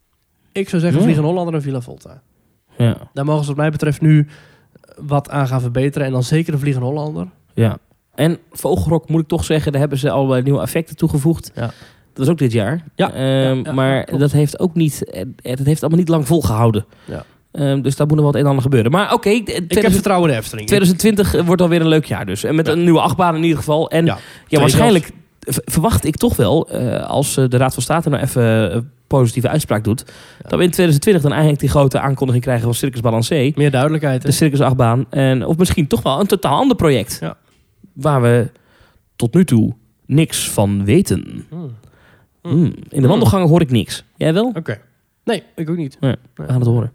Ik zou zeggen Vliegen Hollander en Villa Volta. Ja. Daar mogen ze wat mij betreft nu wat aan gaan verbeteren. En dan zeker de Vliegen Hollander. Ja. En Vogelrok moet ik toch zeggen, daar hebben ze al nieuwe effecten toegevoegd. Ja. Dat is ook dit jaar. Ja. Maar dat heeft ook niet... Het heeft allemaal niet lang volgehouden. Ja. Dus daar moet nog wat een en ander gebeuren. Maar oké. Ik heb vertrouwen in de Efteling. 2020 wordt alweer een leuk jaar dus. En met een nieuwe achtbaan in ieder geval. En waarschijnlijk verwacht ik toch wel... als de Raad van State nou even een positieve uitspraak doet... dat we in 2020 dan eigenlijk die grote aankondiging krijgen van Circus Balancé. Meer duidelijkheid. De Circus achtbaan. Of misschien toch wel een totaal ander project. Ja. Waar we tot nu toe niks van weten. In de wandelgangen hoor ik niks. Jij wel? Oké. Nee, ik ook niet. Ja, we gaan het horen.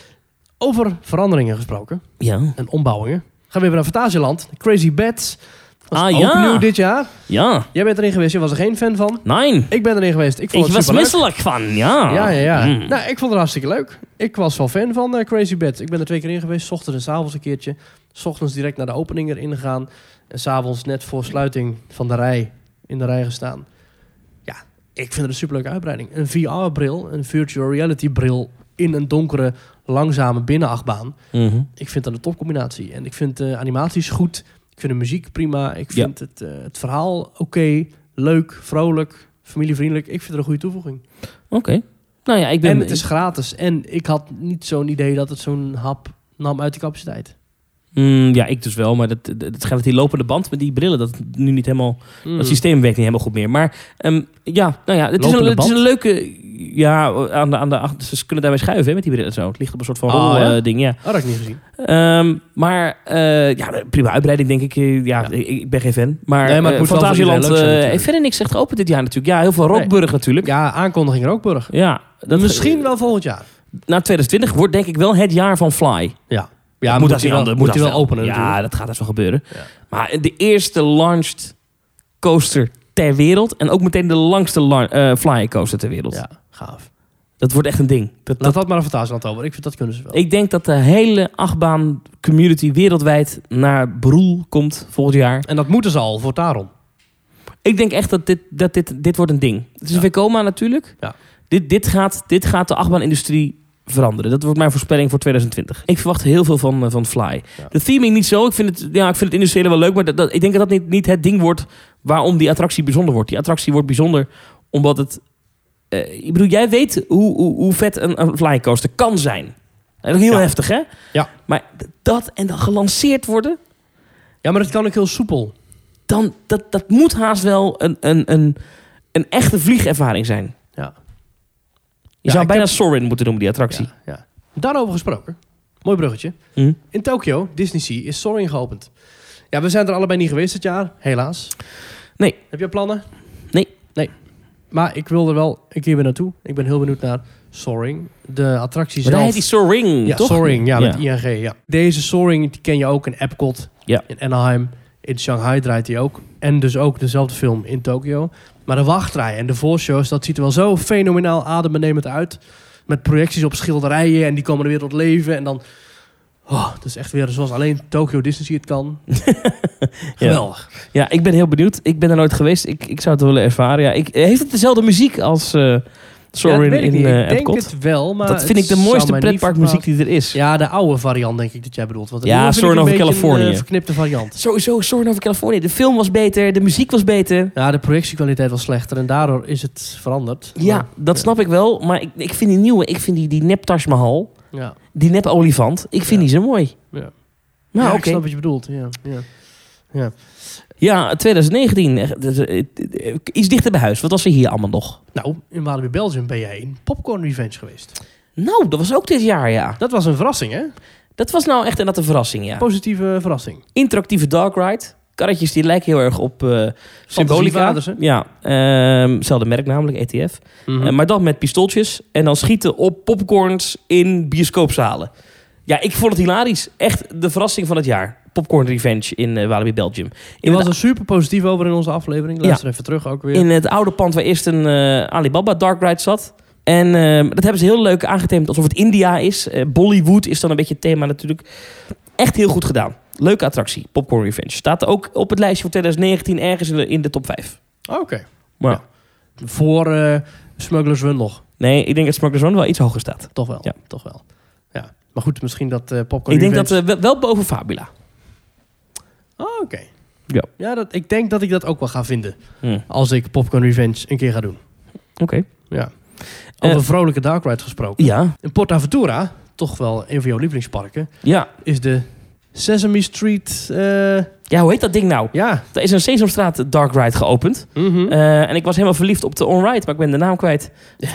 Over veranderingen gesproken. Ja. En ombouwingen. Gaan we weer naar Fantasieland. Crazy Bats. Ook nieuw dit jaar. Ja. Jij bent erin geweest. Je was er geen fan van. Nee. Ik ben erin geweest. Ik was misselijk van. Ja. Ja. Nou, ik vond het hartstikke leuk. Ik was wel fan van Crazy Bats. Ik ben er 2 keer in geweest. 's Ochtends en 's avonds een keertje. 's Ochtends direct naar de opening erin gegaan. En 's avonds net voor sluiting van de rij in de rij gestaan. Ja, ik vind het een superleuke uitbreiding. Een VR-bril, een virtual reality bril in een donkere, langzame binnenachtbaan. Ik vind dat een topcombinatie. En ik vind de animaties goed. Ik vind de muziek prima. Ik vind het verhaal oké, leuk, vrolijk, familievriendelijk. Ik vind het een goede toevoeging. Oké. Nou ja, en het is gratis. En ik had niet zo'n idee dat het zo'n hap nam uit de capaciteit. Ja, ik dus wel. Maar het gaat met die lopende band met die brillen. Dat nu niet helemaal... Dat systeem werkt niet helemaal goed meer. Maar het is een leuke... Ja, ze kunnen daarmee schuiven hè, met die brillen zo. Het ligt op een soort van rol-ding. Ja. Dat had ik niet gezien. Prima uitbreiding denk ik. Ik ben geen fan. Maar het moet Fantasieland heeft verder niks echt geopend dit jaar natuurlijk. Ja, heel veel Rookburg natuurlijk. Ja, aankondiging Rookburg. Ja. Misschien wel volgend jaar. Na 2020 wordt denk ik wel het jaar van Fly. Ja, moet hij wel openen. Ja, natuurlijk. dat gaat dus wel gebeuren. Ja. Maar de eerste launched coaster ter wereld. En ook meteen de langste fly coaster ter wereld. Ja, gaaf. Dat wordt echt een ding. Laat dat maar een Fantasieland over. Ik vind dat kunnen ze wel. Ik denk dat de hele achtbaan community wereldwijd naar Broel komt volgend jaar. En dat moeten ze al voor Taron. Ik denk echt dat dit wordt een ding. Het is een Vekoma natuurlijk. Ja. Dit gaat de achtbaanindustrie veranderen. Dat wordt mijn voorspelling voor 2020. Ik verwacht heel veel van Fly. Ja. De theming niet zo. Ik vind het industriële wel leuk. Maar ik denk dat dat niet het ding wordt waarom die attractie bijzonder wordt. Die attractie wordt bijzonder omdat het... ik bedoel, jij weet hoe vet een flycoaster kan zijn. Heel heftig, hè? Ja. Maar dat en dan gelanceerd worden... Ja, maar dat kan ook heel soepel. Dan, dat moet haast wel een echte vliegervaring zijn. Ja. Je zou bijna Soarin moeten noemen, die attractie. Ja. Daarover gesproken. Mooi bruggetje. In Tokyo, Disney Sea, is Soarin geopend. Ja, we zijn er allebei niet geweest dit jaar, helaas. Nee. Heb je plannen? Nee. Maar ik wil er wel een keer weer naartoe. Ik ben heel benieuwd naar Soaring. De attractie zelf. Nee, die Soaring, ja, toch? Soaring, met ING, ja. Deze Soaring die ken je ook in Epcot, in Anaheim. In Shanghai draait hij ook. En dus ook dezelfde film in Tokyo. Maar de wachtrij en de voorshows, dat ziet er wel zo fenomenaal adembenemend uit. Met projecties op schilderijen en die komen er weer tot leven. En dan... het is echt weer zoals alleen Tokyo Disney het kan. Geweldig. Ja, ik ben heel benieuwd. Ik ben er nooit geweest. Ik zou het willen ervaren. Ja, heeft het dezelfde muziek als Soarin in Epcot? Ik denk het wel, maar dat vind ik de mooiste pretparkmuziek die er is. Ja, de oude variant denk ik dat jij bedoelt. Want Soarin over Californië. Een verknipte variant. Sowieso Soarin over Californië. De film was beter, de muziek was beter. Ja, de projectiekwaliteit was slechter en daardoor is het veranderd. Ja, dat snap ik wel. Maar ik vind die nieuwe, die nep Taj Mahal... Ja. Die nep olifant, ik vind die zo mooi. Ja. Nou, Ja, oké. ik snap wat je bedoelt. Ja. Ja, 2019. Iets dichter bij huis. Wat was er hier allemaal nog? Nou, in Walibi Belgium ben jij in Popcorn Revenge geweest. Nou, dat was ook dit jaar, ja. Dat was een verrassing, hè? Dat was nou echt inderdaad een verrassing, ja. Positieve verrassing. Interactieve dark ride. Karretjes die lijken heel erg op Symbolica. Fantasievaders, hè? Ja, hetzelfde merk namelijk, ETF. Mhm. Maar dan met pistooltjes. En dan schieten op popcorns in bioscoopzalen. Ja, ik vond het hilarisch. Echt de verrassing van het jaar. Popcorn Revenge in Walibi Belgium. Je was er super positief over in onze aflevering. Luister even terug ook weer. In het oude pand waar eerst een Alibaba dark ride zat. En dat hebben ze heel leuk aangetemd alsof het India is. Bollywood is dan een beetje het thema natuurlijk. Echt heel goed gedaan. Leuke attractie, Popcorn Revenge. Staat ook op het lijstje van 2019 ergens in de top 5. Oké. Maar Ja. Voor Smugglers Run nog. nee, ik denk dat Smugglers Run wel iets hoger staat. Toch wel. Ja. Toch wel. Ja. Maar goed, misschien dat Popcorn Ik denk Revenge... dat wel boven Fabula. Oh, oké. Ja. Ja, ik denk dat ik dat ook wel ga vinden. Hm. Als ik Popcorn Revenge een keer ga doen. Oké. Ja. Over vrolijke dark ride gesproken. Ja. In PortAventura, toch wel een van jouw lievelingsparken, Ja. is de Sesame Street... Ja, hoe heet dat ding nou? ja. Er is een Sesamstraat dark ride geopend. Mhm. En ik was helemaal verliefd op de on-ride, maar ik ben de naam kwijt.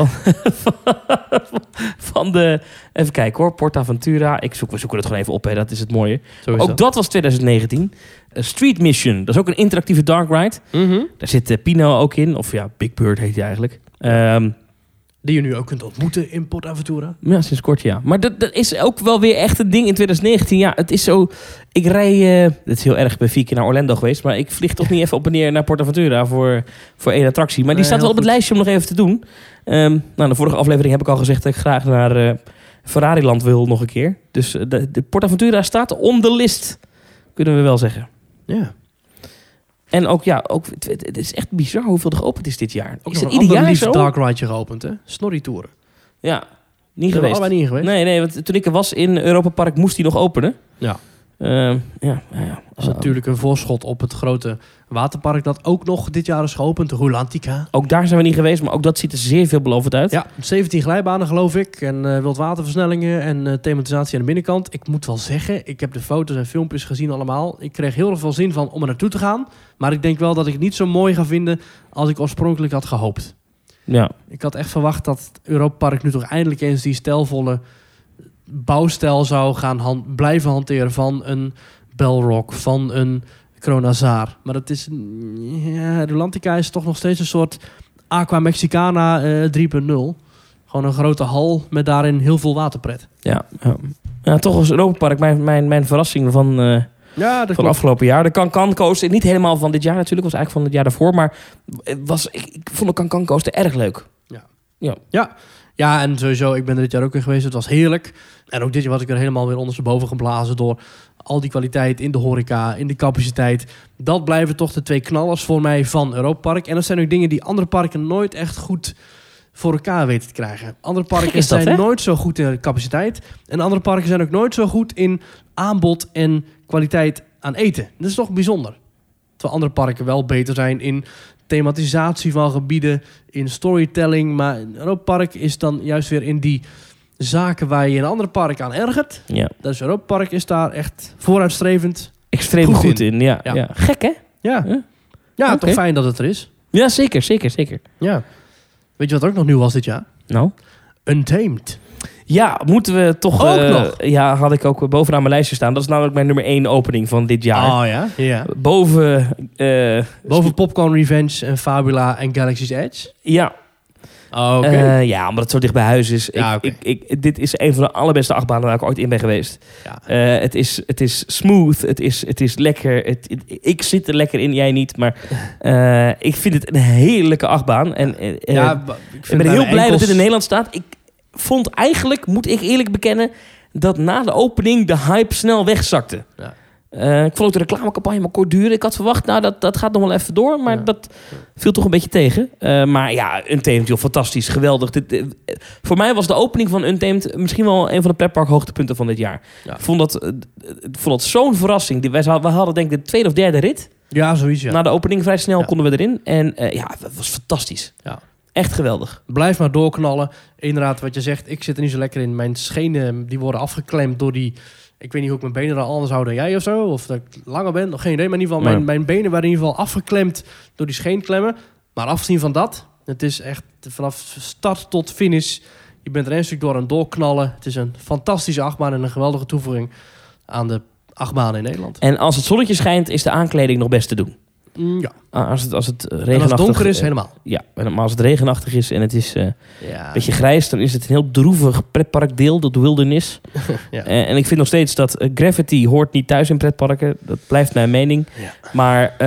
Van de... Even kijken hoor, PortAventura. We zoeken het gewoon even op, hè. Dat is het mooie. Zo is Ook dat was 2019. Street Mission, dat is ook een interactieve dark ride. Mhm. Daar zit Pino ook in. Of ja, Big Bird heet hij eigenlijk. Die je nu ook kunt ontmoeten in PortAventura. Ja, sinds kort ja. Maar dat is ook wel weer echt een ding in 2019. Ja, het is zo... Ik rij... Het is heel erg, ik ben 4 keer naar Orlando geweest. Maar ik vlieg toch niet even op en neer naar PortAventura voor één attractie. Maar die Nee, staat wel heel op het goed. lijstje om nog even te doen. Nou, de vorige aflevering heb ik al gezegd dat ik graag naar Ferrariland wil nog een keer. Dus de PortAventura staat on the list. Kunnen we wel zeggen. Ja. En ook, ja, het is echt bizar hoeveel er geopend is dit jaar. Ook Is nog het een ieder ander jaar lief zo? dark rideje geopend, hè? Snorri Touren. Ja, niet Zijn we geweest. allebei niet geweest? Nee, want toen ik er was in Europa Park moest hij nog openen. Ja. Ja. Dat is natuurlijk een voorschot op het grote waterpark dat ook nog dit jaar is geopend, de Rulantica. Ook daar zijn we niet geweest, maar ook dat ziet er zeer veelbelovend uit. Ja, 17 glijbanen geloof ik en wildwaterversnellingen en thematisatie aan de binnenkant. Ik moet wel zeggen, ik heb de foto's en filmpjes gezien allemaal. Ik kreeg heel erg veel zin van om er naartoe te gaan. Maar ik denk wel dat ik het niet zo mooi ga vinden als ik oorspronkelijk had gehoopt. Ja. Ik had echt verwacht dat het Europa Park nu toch eindelijk eens die stijlvolle bouwstijl zou gaan blijven hanteren van een Belrock, van een Kronazar. Maar dat is... Ja, Rulantica is toch nog steeds een soort Aqua Mexicana 3.0. Gewoon een grote hal met daarin heel veel waterpret. Ja, toch was Europa Park mijn verrassing van Ja, afgelopen jaar. De Can-Can Coaster, niet helemaal van dit jaar natuurlijk, was eigenlijk van het jaar daarvoor. Maar ik vond de Can-Can Coaster erg leuk. Ja, en sowieso, ik ben er dit jaar ook weer geweest. Het was heerlijk. En ook dit jaar was ik er helemaal weer ondersteboven geblazen door al die kwaliteit in de horeca, in de capaciteit. Dat blijven toch de 2 knallers voor mij van Europa Park. En dat zijn ook dingen die andere parken nooit echt goed voor elkaar weten te krijgen. Andere parken Is dat, zijn hè? nooit zo goed in de capaciteit. En andere parken zijn ook nooit zo goed in aanbod en kwaliteit aan eten. Dat is toch bijzonder. Terwijl andere parken wel beter zijn in thematisatie van gebieden, in storytelling. Maar Europa Park is dan juist weer in die zaken waar je in andere parken aan ergert. Ja. Dus Europa Park is daar echt vooruitstrevend. Extreem Goed goed in. Ja. Ja. Gek, hè? Ja, Ja. Oké. toch fijn dat het er is. Ja, zeker. Ja. Weet je wat ook nog nieuw was dit jaar? Nou? Untamed. Ja, moeten we toch... Ook nog? Ja, had ik ook bovenaan mijn lijstje staan. Dat is namelijk mijn nummer 1 opening van dit jaar. Oh ja? Ja. Boven... Popcorn Revenge en Fabula en Galaxy's Edge? Ja. Oké. Ja, omdat het zo dicht bij huis is. Ja, oké. Dit is een van de allerbeste achtbanen waar ik ooit in ben geweest. Ja. Het is smooth. Het is lekker. Ik zit er lekker in, jij niet. Maar ik vind het een heerlijke achtbaan. En ik ben heel blij dat dit in Nederland staat. Ik vond eigenlijk, moet ik eerlijk bekennen, dat na de opening de hype snel wegzakte. Ja. Ik vond ook de reclamecampagne maar kort duren. Ik had verwacht, nou, dat gaat nog wel even door. Maar Ja. dat viel toch een beetje tegen. Maar ja, Untamed, joh, fantastisch, geweldig. Voor mij was de opening van Untamed misschien wel een van de pretpark hoogtepunten van dit jaar. Ja. Ik vond dat zo'n verrassing. We hadden denk ik de 2e of 3e rit. Ja, zoiets, ja. Na de opening vrij snel Ja. konden we erin. En ja, dat was fantastisch. Ja. Echt geweldig. Blijf maar doorknallen. Inderdaad, wat je zegt, ik zit er niet zo lekker in. Mijn schenen die worden afgeklemd door die... Ik weet niet hoe ik mijn benen er anders hou dan jij of zo. Of dat ik langer ben, nog geen idee. Maar in ieder geval, mijn benen waren in ieder geval afgeklemd door die scheenklemmen. Maar afgezien van dat, het is echt vanaf start tot finish. Je bent er een stuk door aan het doorknallen. Het is een fantastische achtbaan en een geweldige toevoeging aan de achtbanen in Nederland. En als het zonnetje schijnt, is de aankleding nog best te doen. Ja. Als het regenachtig... En als het donker is, helemaal. Ja, maar als het regenachtig is en het is een Ja. beetje grijs... dan is het een heel droevig pretparkdeel, dat Wilderness. Ja. En ik vind nog steeds dat Gravity hoort niet thuis in pretparken. Dat blijft mijn mening. Ja. Maar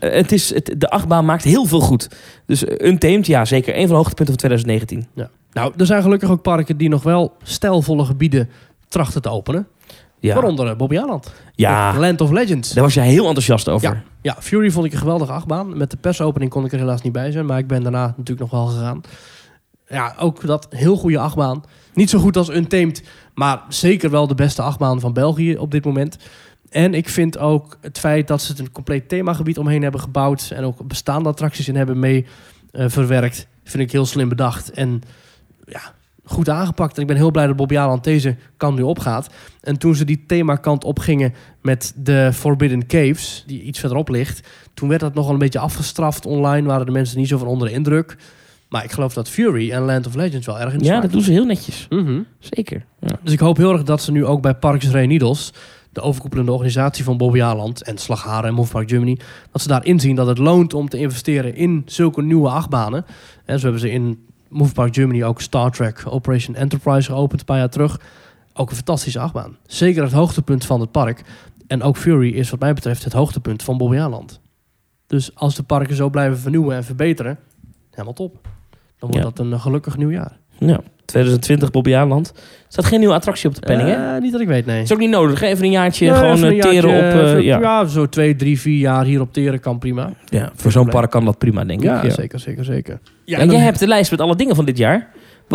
de achtbaan maakt heel veel goed. Dus Untamed, ja, zeker een van de hoogtepunten van 2019. Ja. Nou, er zijn gelukkig ook parken die nog wel stijlvolle gebieden trachten te openen. Ja, Waaronder Bobbejaanland. ja, Land of Legends. daar was je heel enthousiast over. Ja, Fury vond ik een geweldige achtbaan. Met de persopening kon ik er helaas niet bij zijn. Maar ik ben daarna natuurlijk nog wel gegaan. Ja, ook dat heel goede achtbaan. Niet zo goed als Untamed. Maar zeker wel de beste achtbaan van België op dit moment. En ik vind ook het feit dat ze het een compleet themagebied omheen hebben gebouwd. En ook bestaande attracties in hebben mee verwerkt. Vind ik heel slim bedacht. En ja, goed aangepakt. En ik ben heel blij dat Bobbejaanland deze kant nu opgaat. En toen ze die themakant opgingen met de Forbidden Caves, die iets verderop ligt, toen werd dat nogal een beetje afgestraft online. Waren de mensen niet zo van onder de indruk. Maar ik geloof dat Fury en Land of Legends wel erg in de Ja, smaak dat doen ze heel netjes. Mhm. Zeker. Ja. Dus ik hoop heel erg dat ze nu ook bij Parks Ray Needles, de overkoepelende organisatie van Bobbejaanland en Slagharen en Movepark Germany, dat ze daar inzien dat het loont om te investeren in zulke nieuwe achtbanen. En zo hebben ze in Movepark Germany ook Star Trek Operation Enterprise geopend een paar jaar terug. Ook een fantastische achtbaan. Zeker het hoogtepunt van het park. En ook Fury is wat mij betreft het hoogtepunt van Bobbejaanland. Dus als de parken zo blijven vernieuwen en verbeteren, helemaal top. Dan wordt dat een gelukkig nieuwjaar. Ja, 2020 Bobbejaanland. Staat geen nieuwe attractie op de planning, hè? Niet dat ik weet, nee. Is ook niet nodig. Even een jaartje Nee, gewoon even een teren jaartje, op... ja, zo 2, 3, 4 jaar hierop teren kan prima. Ja, voor zo'n park kan dat prima, denk ik. Ja, zeker. Ja, en jij hebt de lijst met alle dingen van dit jaar.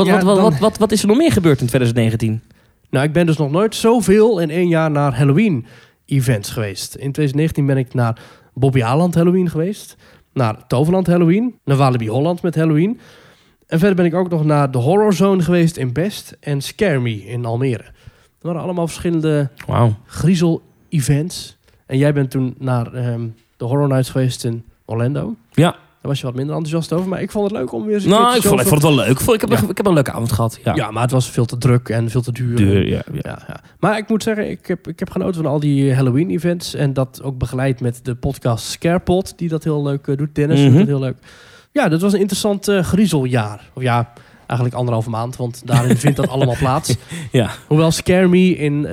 Wat is er nog meer gebeurd in 2019? Nou, ik ben dus nog nooit zoveel in 1 jaar naar Halloween-events geweest. In 2019 ben ik naar Bobbejaanland Halloween geweest. Naar Toverland Halloween. Naar Walibi Holland met Halloween. En verder ben ik ook nog naar de Horror Zone geweest in Best. En Scare Me in Almere. Dat waren allemaal verschillende griezel-events. En jij bent toen naar de Horror Nights geweest in Orlando. Ja. Daar was je wat minder enthousiast over. Maar ik vond het leuk om weer eens een Nou, keertje ik vond het wel leuk. Ik heb een leuke avond gehad. Ja. Ja, maar het was veel te druk en veel te duur. Ja. Maar ik moet zeggen, ik heb genoten van al die Halloween-events. En dat ook begeleid met de podcast Scarepod, die dat heel leuk doet. Dennis doet het heel leuk. Ja, dat was een interessant griezeljaar. Of ja, eigenlijk 1,5 maand, want daarin vindt dat allemaal plaats. Ja. Hoewel Scare Me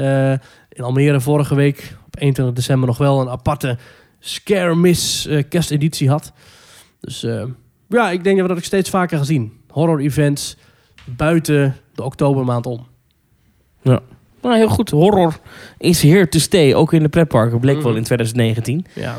in Almere vorige week, op 21 december, nog wel een aparte Scare Miss kersteditie had. Dus ja, ik denk dat ik steeds vaker ga zien. Horror-events buiten de oktobermaand om. Ja. Nou, heel goed. Horror is here to stay. Ook in de pretparken. Bleek wel in 2019. Ja.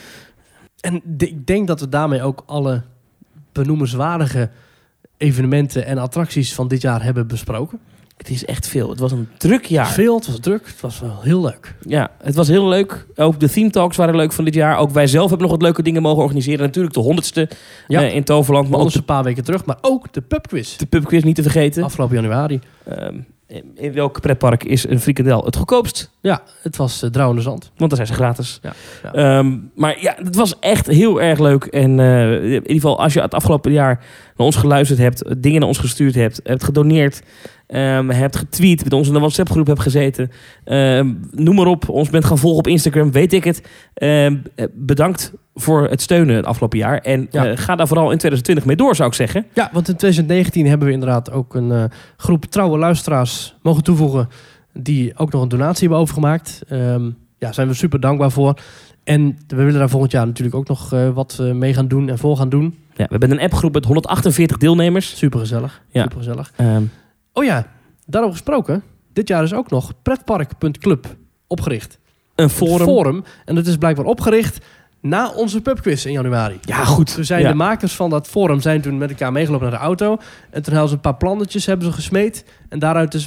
En ik denk dat we daarmee ook alle benoemenswaardige evenementen en attracties van dit jaar hebben besproken. Het is echt veel. Het was een druk jaar. Het was druk. Het was wel heel leuk. Ja, het was heel leuk. Ook de theme talks waren leuk van dit jaar. Ook wij zelf hebben nog wat leuke dingen mogen organiseren. Natuurlijk de 100ste in Toverland. Maar ook een paar weken terug. Maar ook de pubquiz. De pubquiz niet te vergeten. Afgelopen januari. In welk pretpark is een frikandel het goedkoopst? Ja, het was Drouwende Zand. Want daar zijn ze gratis. Ja. Maar ja, het was echt heel erg leuk. En in ieder geval, als je het afgelopen jaar naar ons geluisterd hebt, dingen naar ons gestuurd hebt gedoneerd, hebt getweet, met ons in de WhatsApp-groep hebt gezeten, noem maar op, ons bent gaan volgen op Instagram, weet ik het. Bedankt voor het steunen het afgelopen jaar. En ga daar vooral in 2020 mee door, zou ik zeggen. Ja, want in 2019 hebben we inderdaad ook een groep trouwe luisteraars mogen toevoegen die ook nog een donatie hebben overgemaakt. Daar zijn we super dankbaar voor. En we willen daar volgend jaar natuurlijk ook nog wat mee gaan doen en voor gaan doen. Ja, we hebben een appgroep met 148 deelnemers. Super gezellig. Ja. Super gezellig. Oh ja, daarover gesproken. Dit jaar is ook nog pretpark.club opgericht. Een forum. En dat is blijkbaar opgericht na onze pubquiz in januari. Ja, goed. Toen zijn de makers van dat forum zijn toen met elkaar meegelopen naar de auto. En toen hadden ze een paar plannetjes hebben ze gesmeed. En daaruit is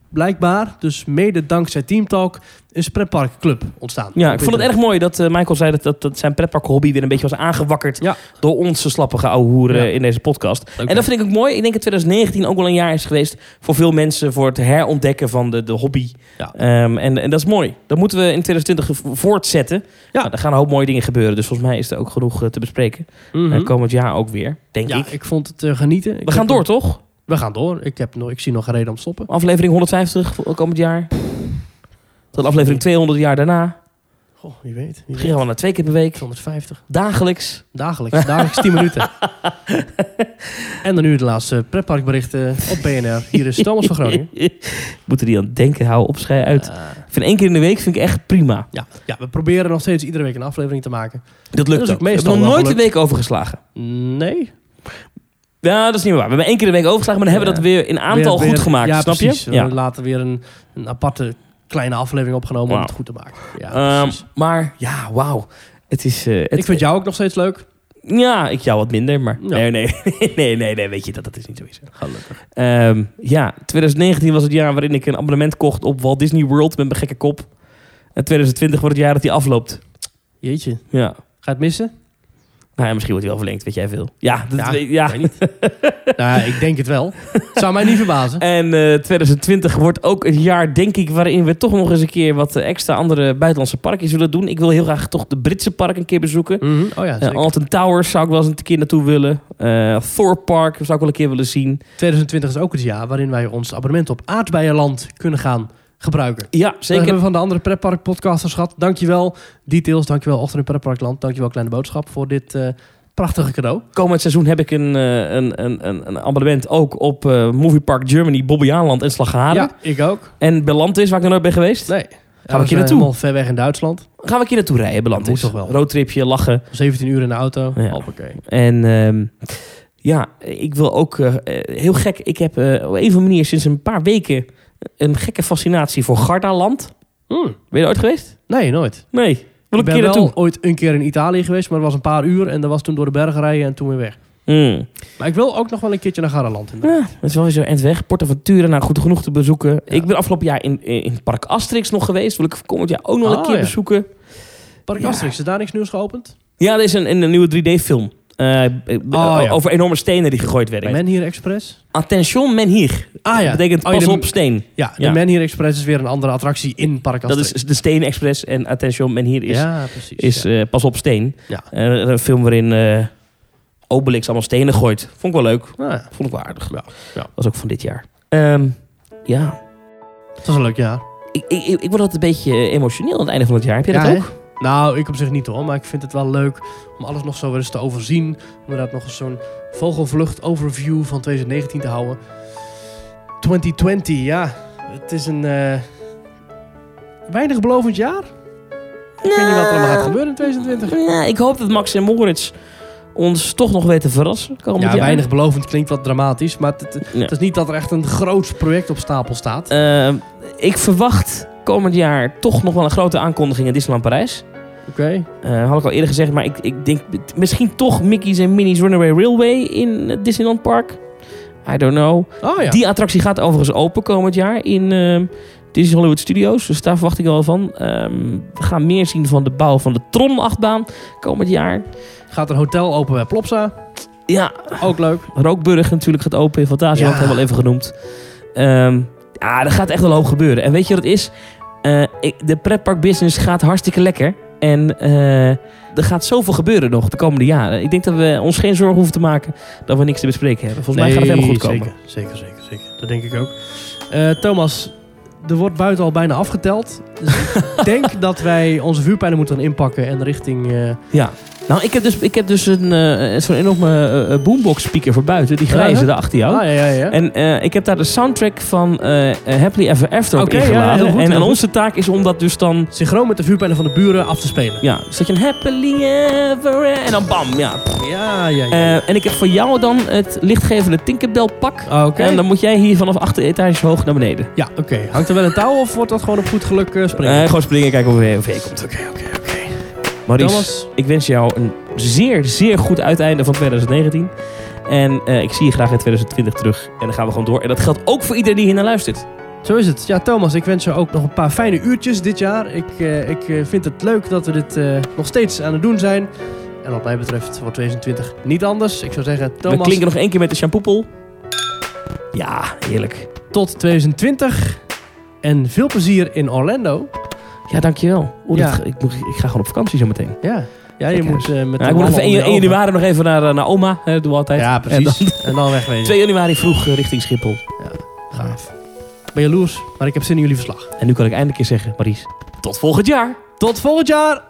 blijkbaar, dus mede dankzij Teamtalk, is Pretpark Club ontstaan. Ja, ik vond het erg mooi dat Michael zei dat zijn pretpark hobby weer een beetje was aangewakkerd door onze slappige ouwe hoeren in deze podcast. Okay. En dat vind ik ook mooi. Ik denk dat 2019 ook wel een jaar is geweest voor veel mensen voor het herontdekken van de hobby. Ja. En dat is mooi. Dat moeten we in 2020 voortzetten. Ja. Nou, er gaan een hoop mooie dingen gebeuren, dus volgens mij is er ook genoeg te bespreken. Komend jaar ook weer, denk ik. Ik vond het genieten. We gaan door, toch? We gaan door. Ik zie nog geen reden om te stoppen. Aflevering 150 komend jaar. Tot aflevering 200 jaar daarna. Goh, wie weet. Gaan we naar 2 keer per week. 150. Dagelijks 10 minuten. En dan nu de laatste pretparkberichten op BNR. Hier is Thomas van Groningen. Moeten die aan denken, hou op, schei uit. Ik vind 1 keer in de week vind ik echt prima. Ja, we proberen nog steeds iedere week een aflevering te maken. Dat lukt ook. We hebben nog nooit een week overgeslagen. Nee. Ja, dat is niet waar. We hebben 1 keer de week overgeslagen, maar dan hebben we dat weer in aantal goed gemaakt. Ja, snap precies. Je? Ja, we laten weer een aparte kleine aflevering opgenomen om het goed te maken. Ja, maar ja, wauw. Ik vind jou ook nog steeds leuk. Ja, ik jou wat minder, maar nee, weet je dat is niet zo is. Gelukkig. 2019 was het jaar waarin ik een abonnement kocht op Walt Disney World met mijn gekke kop. En 2020 wordt het jaar dat hij afloopt. Jeetje. Ja. Ga je het missen? Nou ja, misschien wordt hij wel verlengd, weet jij veel. Ja. Weet niet. Nou, ik denk het wel. Het zou mij niet verbazen. En 2020 wordt ook het jaar, denk ik, waarin we toch nog eens een keer wat extra andere buitenlandse parken zullen doen. Ik wil heel graag toch de Britse park een keer bezoeken. Mm-hmm. Oh ja, Alton Towers zou ik wel eens een keer naartoe willen. Thor Park zou ik wel een keer willen zien. 2020 is ook het jaar waarin wij ons abonnement op Aardbeienland kunnen gaan gebruiken. Ja, zeker. Dat hebben we van de andere pretpark podcasters gehad. Dankjewel Details, dankjewel Ochtend in Pretparkland, dankjewel Kleine Boodschap voor dit prachtige cadeau. Komend seizoen heb ik een abonnement ook op Movie Park Germany, Bobbejaanland en Slagharen. Ja, ik ook. En Belandis, waar ik nog nooit ben geweest. Nee. Gaan we een keer naartoe. Ver weg in Duitsland. Gaan we een keer naartoe rijden, Belandis. Moet toch wel. Roadtripje, lachen. 17 uur in de auto. Ja. Hoppakee. En ik wil ook heel gek. Ik heb op een of andere manier sinds een paar weken een gekke fascinatie voor Gardaland. Ben je er ooit geweest? Nee, nooit. Nee. Ik ben wel ooit een keer in Italië geweest, maar dat was een paar uur en dat was toen door de bergen rijden en toen weer weg. Maar ik wil ook nog wel een keertje naar Gardaland. Ja, dat is wel weer zo eind weg. Portaventura, nou goed genoeg te bezoeken. Ja. Ik ben afgelopen jaar in Park Asterix nog geweest. Wil ik komend jaar ook nog een keer bezoeken. Park Asterix, is daar niks nieuws geopend? Ja, er is een nieuwe 3D-film. Over enorme stenen die gegooid werden. Menhir Express? Attention Menhir. Dat betekent pas op steen. Ja, de Menhir Express is weer een andere attractie in Park Asterix. Dat is de Steen Express en Attention Menhir is pas op steen. Ja. Een film waarin Obelix allemaal stenen gooit. Vond ik wel leuk. Vond ik wel aardig. Ja. Dat was ook van dit jaar. Het was een leuk jaar. Ik word altijd een beetje emotioneel aan het einde van het jaar. Heb je dat ook? Nou, ik op zich niet hoor, maar ik vind het wel leuk om alles nog zo weer eens te overzien. Om inderdaad nog eens zo'n vogelvlucht overview van 2019 te houden. 2020, het is een weinig belovend jaar. Ik weet niet wat er allemaal gaat gebeuren in 2020. Ja, ik hoop dat Max en Moritz ons toch nog weten te verrassen. Weinig belovend klinkt wat dramatisch, maar het is niet dat er echt een groot project op stapel staat. Ik verwacht komend jaar toch nog wel een grote aankondiging in Disneyland Parijs. Oké. Had ik al eerder gezegd, maar ik denk misschien toch Mickey's en Minnie's Runaway Railway in het Disneyland Park. I don't know. Oh, ja. Die attractie gaat overigens open komend jaar in Disney Hollywood Studios. Dus daar verwacht ik wel van. We gaan meer zien van de bouw van de Tron-achtbaan komend jaar. Gaat een hotel open bij Plopsa. Ja. Ook leuk. Rookburg natuurlijk gaat open in Fantasieland, hebben we al even genoemd. Er gaat echt wel een hoop gebeuren. En weet je wat het is? De pretparkbusiness gaat hartstikke lekker. En er gaat zoveel gebeuren nog de komende jaren. Ik denk dat we ons geen zorgen hoeven te maken dat we niks te bespreken hebben. Volgens mij gaat het helemaal goed komen. Zeker. Dat denk ik ook. Thomas, er wordt buiten al bijna afgeteld. Dus ik denk dat wij onze vuurpijlen moeten gaan inpakken en richting... Nou, ik heb dus zo'n enorme boombox speaker voor buiten. Die grijze daar achter jou. Ja. En ik heb daar de soundtrack van Happily Ever After op ingeladen. Heel goed, en onze taak is om dat dus dan... synchroon met de vuurpijlen van de buren af te spelen. Ja, dus dat je een Happily Ever... En dan bam, ja. En ik heb voor jou dan het lichtgevende Tinkerbell pak. En dan moet jij hier vanaf 8 etages hoog naar beneden. Ja, oké. Hangt er wel een touw of wordt dat gewoon op goed geluk springen? Gewoon springen, kijken hoe je komt. Oké. Maurice, Thomas, ik wens jou een zeer, zeer goed uiteinde van 2019. En ik zie je graag in 2020 terug. En dan gaan we gewoon door. En dat geldt ook voor iedereen die hier naar luistert. Zo is het. Ja, Thomas, ik wens je ook nog een paar fijne uurtjes dit jaar. Ik vind het leuk dat we dit nog steeds aan het doen zijn. En wat mij betreft wordt 2020 niet anders. Ik zou zeggen, Thomas... We klinken nog 1 keer met de shampoopel. Ja, heerlijk. Tot 2020. En veel plezier in Orlando. Ja, dankjewel. Ja. Ik ga gewoon op vakantie zo meteen. Ja, je moet met ik moet even 1 januari nog even naar oma. Dat doen we altijd. Ja, precies. En dan wegwezen. 2 januari vroeg richting Schiphol. Ja, gaaf. Ik ben jaloers, maar ik heb zin in jullie verslag. En nu kan ik eindelijk eens zeggen, Maries, tot volgend jaar. Tot volgend jaar!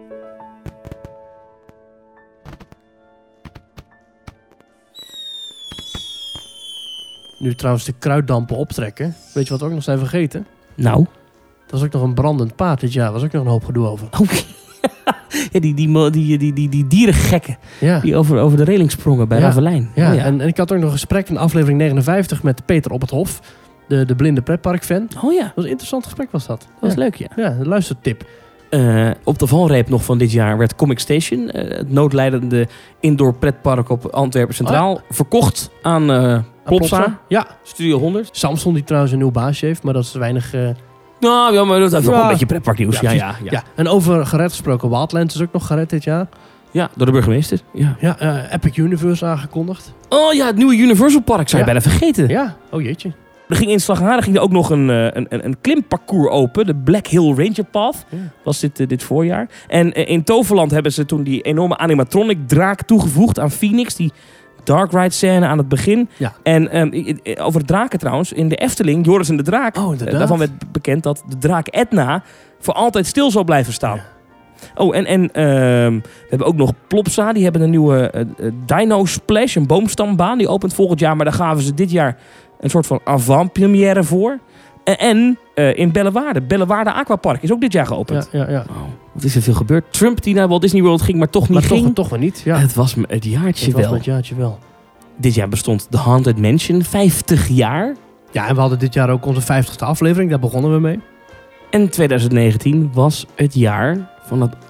Nu trouwens de kruiddampen optrekken. Weet je wat we ook nog zijn vergeten? Nou? Dat was ook nog een brandend paard dit jaar. Daar was ook nog een hoop gedoe over. Oh. Ja, die dierengekken. Ja. Die over de reling sprongen bij Ravelijn. Ja, Oh, ja. En ik had ook nog een gesprek in aflevering 59 met Peter op het Hof. De blinde pretpark-fan. Oh ja. Dat was een interessant gesprek was dat. Dat was leuk, ja. Ja, een luistertip. Op de valreep nog van dit jaar werd Comic Station, het noodlijdende indoor pretpark op Antwerpen Centraal, verkocht aan Plopsa. Ja. Studio 100. Samson die trouwens een nieuw baasje heeft, maar dat is weinig... Nou, ja, maar dat is wel een beetje pretparknieuws. Ja. En over gered gesproken, Wildlands is ook nog gered dit jaar. Ja, door de burgemeester. Ja. Ja, Epic Universe aangekondigd. Oh ja, het nieuwe Universal Park, zou je bijna vergeten. Ja, oh jeetje. Er ging in Slagharen ging er ook nog een klimparcours open. De Black Hill Ranger Path was dit voorjaar. En in Toverland hebben ze toen die enorme animatronic draak toegevoegd aan Phoenix. Die dark ride scène aan het begin. Ja. En over draken trouwens. In de Efteling, Joris en de Draak. Oh, daarvan werd bekend dat de draak Etna voor altijd stil zal blijven staan. Ja. Oh, en we hebben ook nog Plopsa. Die hebben een nieuwe Dino Splash, een boomstambaan. Die opent volgend jaar. Maar daar gaven ze dit jaar een soort van avant-première voor. En in Bellewaarde Aquapark is ook dit jaar geopend. Ja. Oh, wat is er veel gebeurd? Trump die naar Walt Disney World ging, maar toch niet ging. Toch weer niet. Ja. Het was het jaartje wel. Dit jaar bestond The Haunted Mansion 50 jaar. Ja, en we hadden dit jaar ook onze 50ste aflevering. Daar begonnen we mee. En 2019 was het jaar van het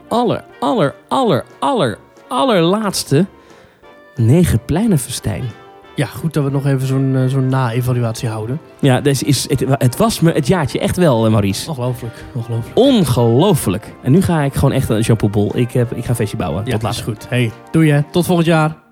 allerlaatste 9 pleinenfestijn. Ja, goed dat we nog even zo'n na-evaluatie houden. Ja, het was me het jaartje echt wel, Maurice. Ongelooflijk. En nu ga ik gewoon echt een shampoobol. Ik ga een feestje bouwen. Ja, tot later. Is goed. Hey, doei hè. Tot volgend jaar.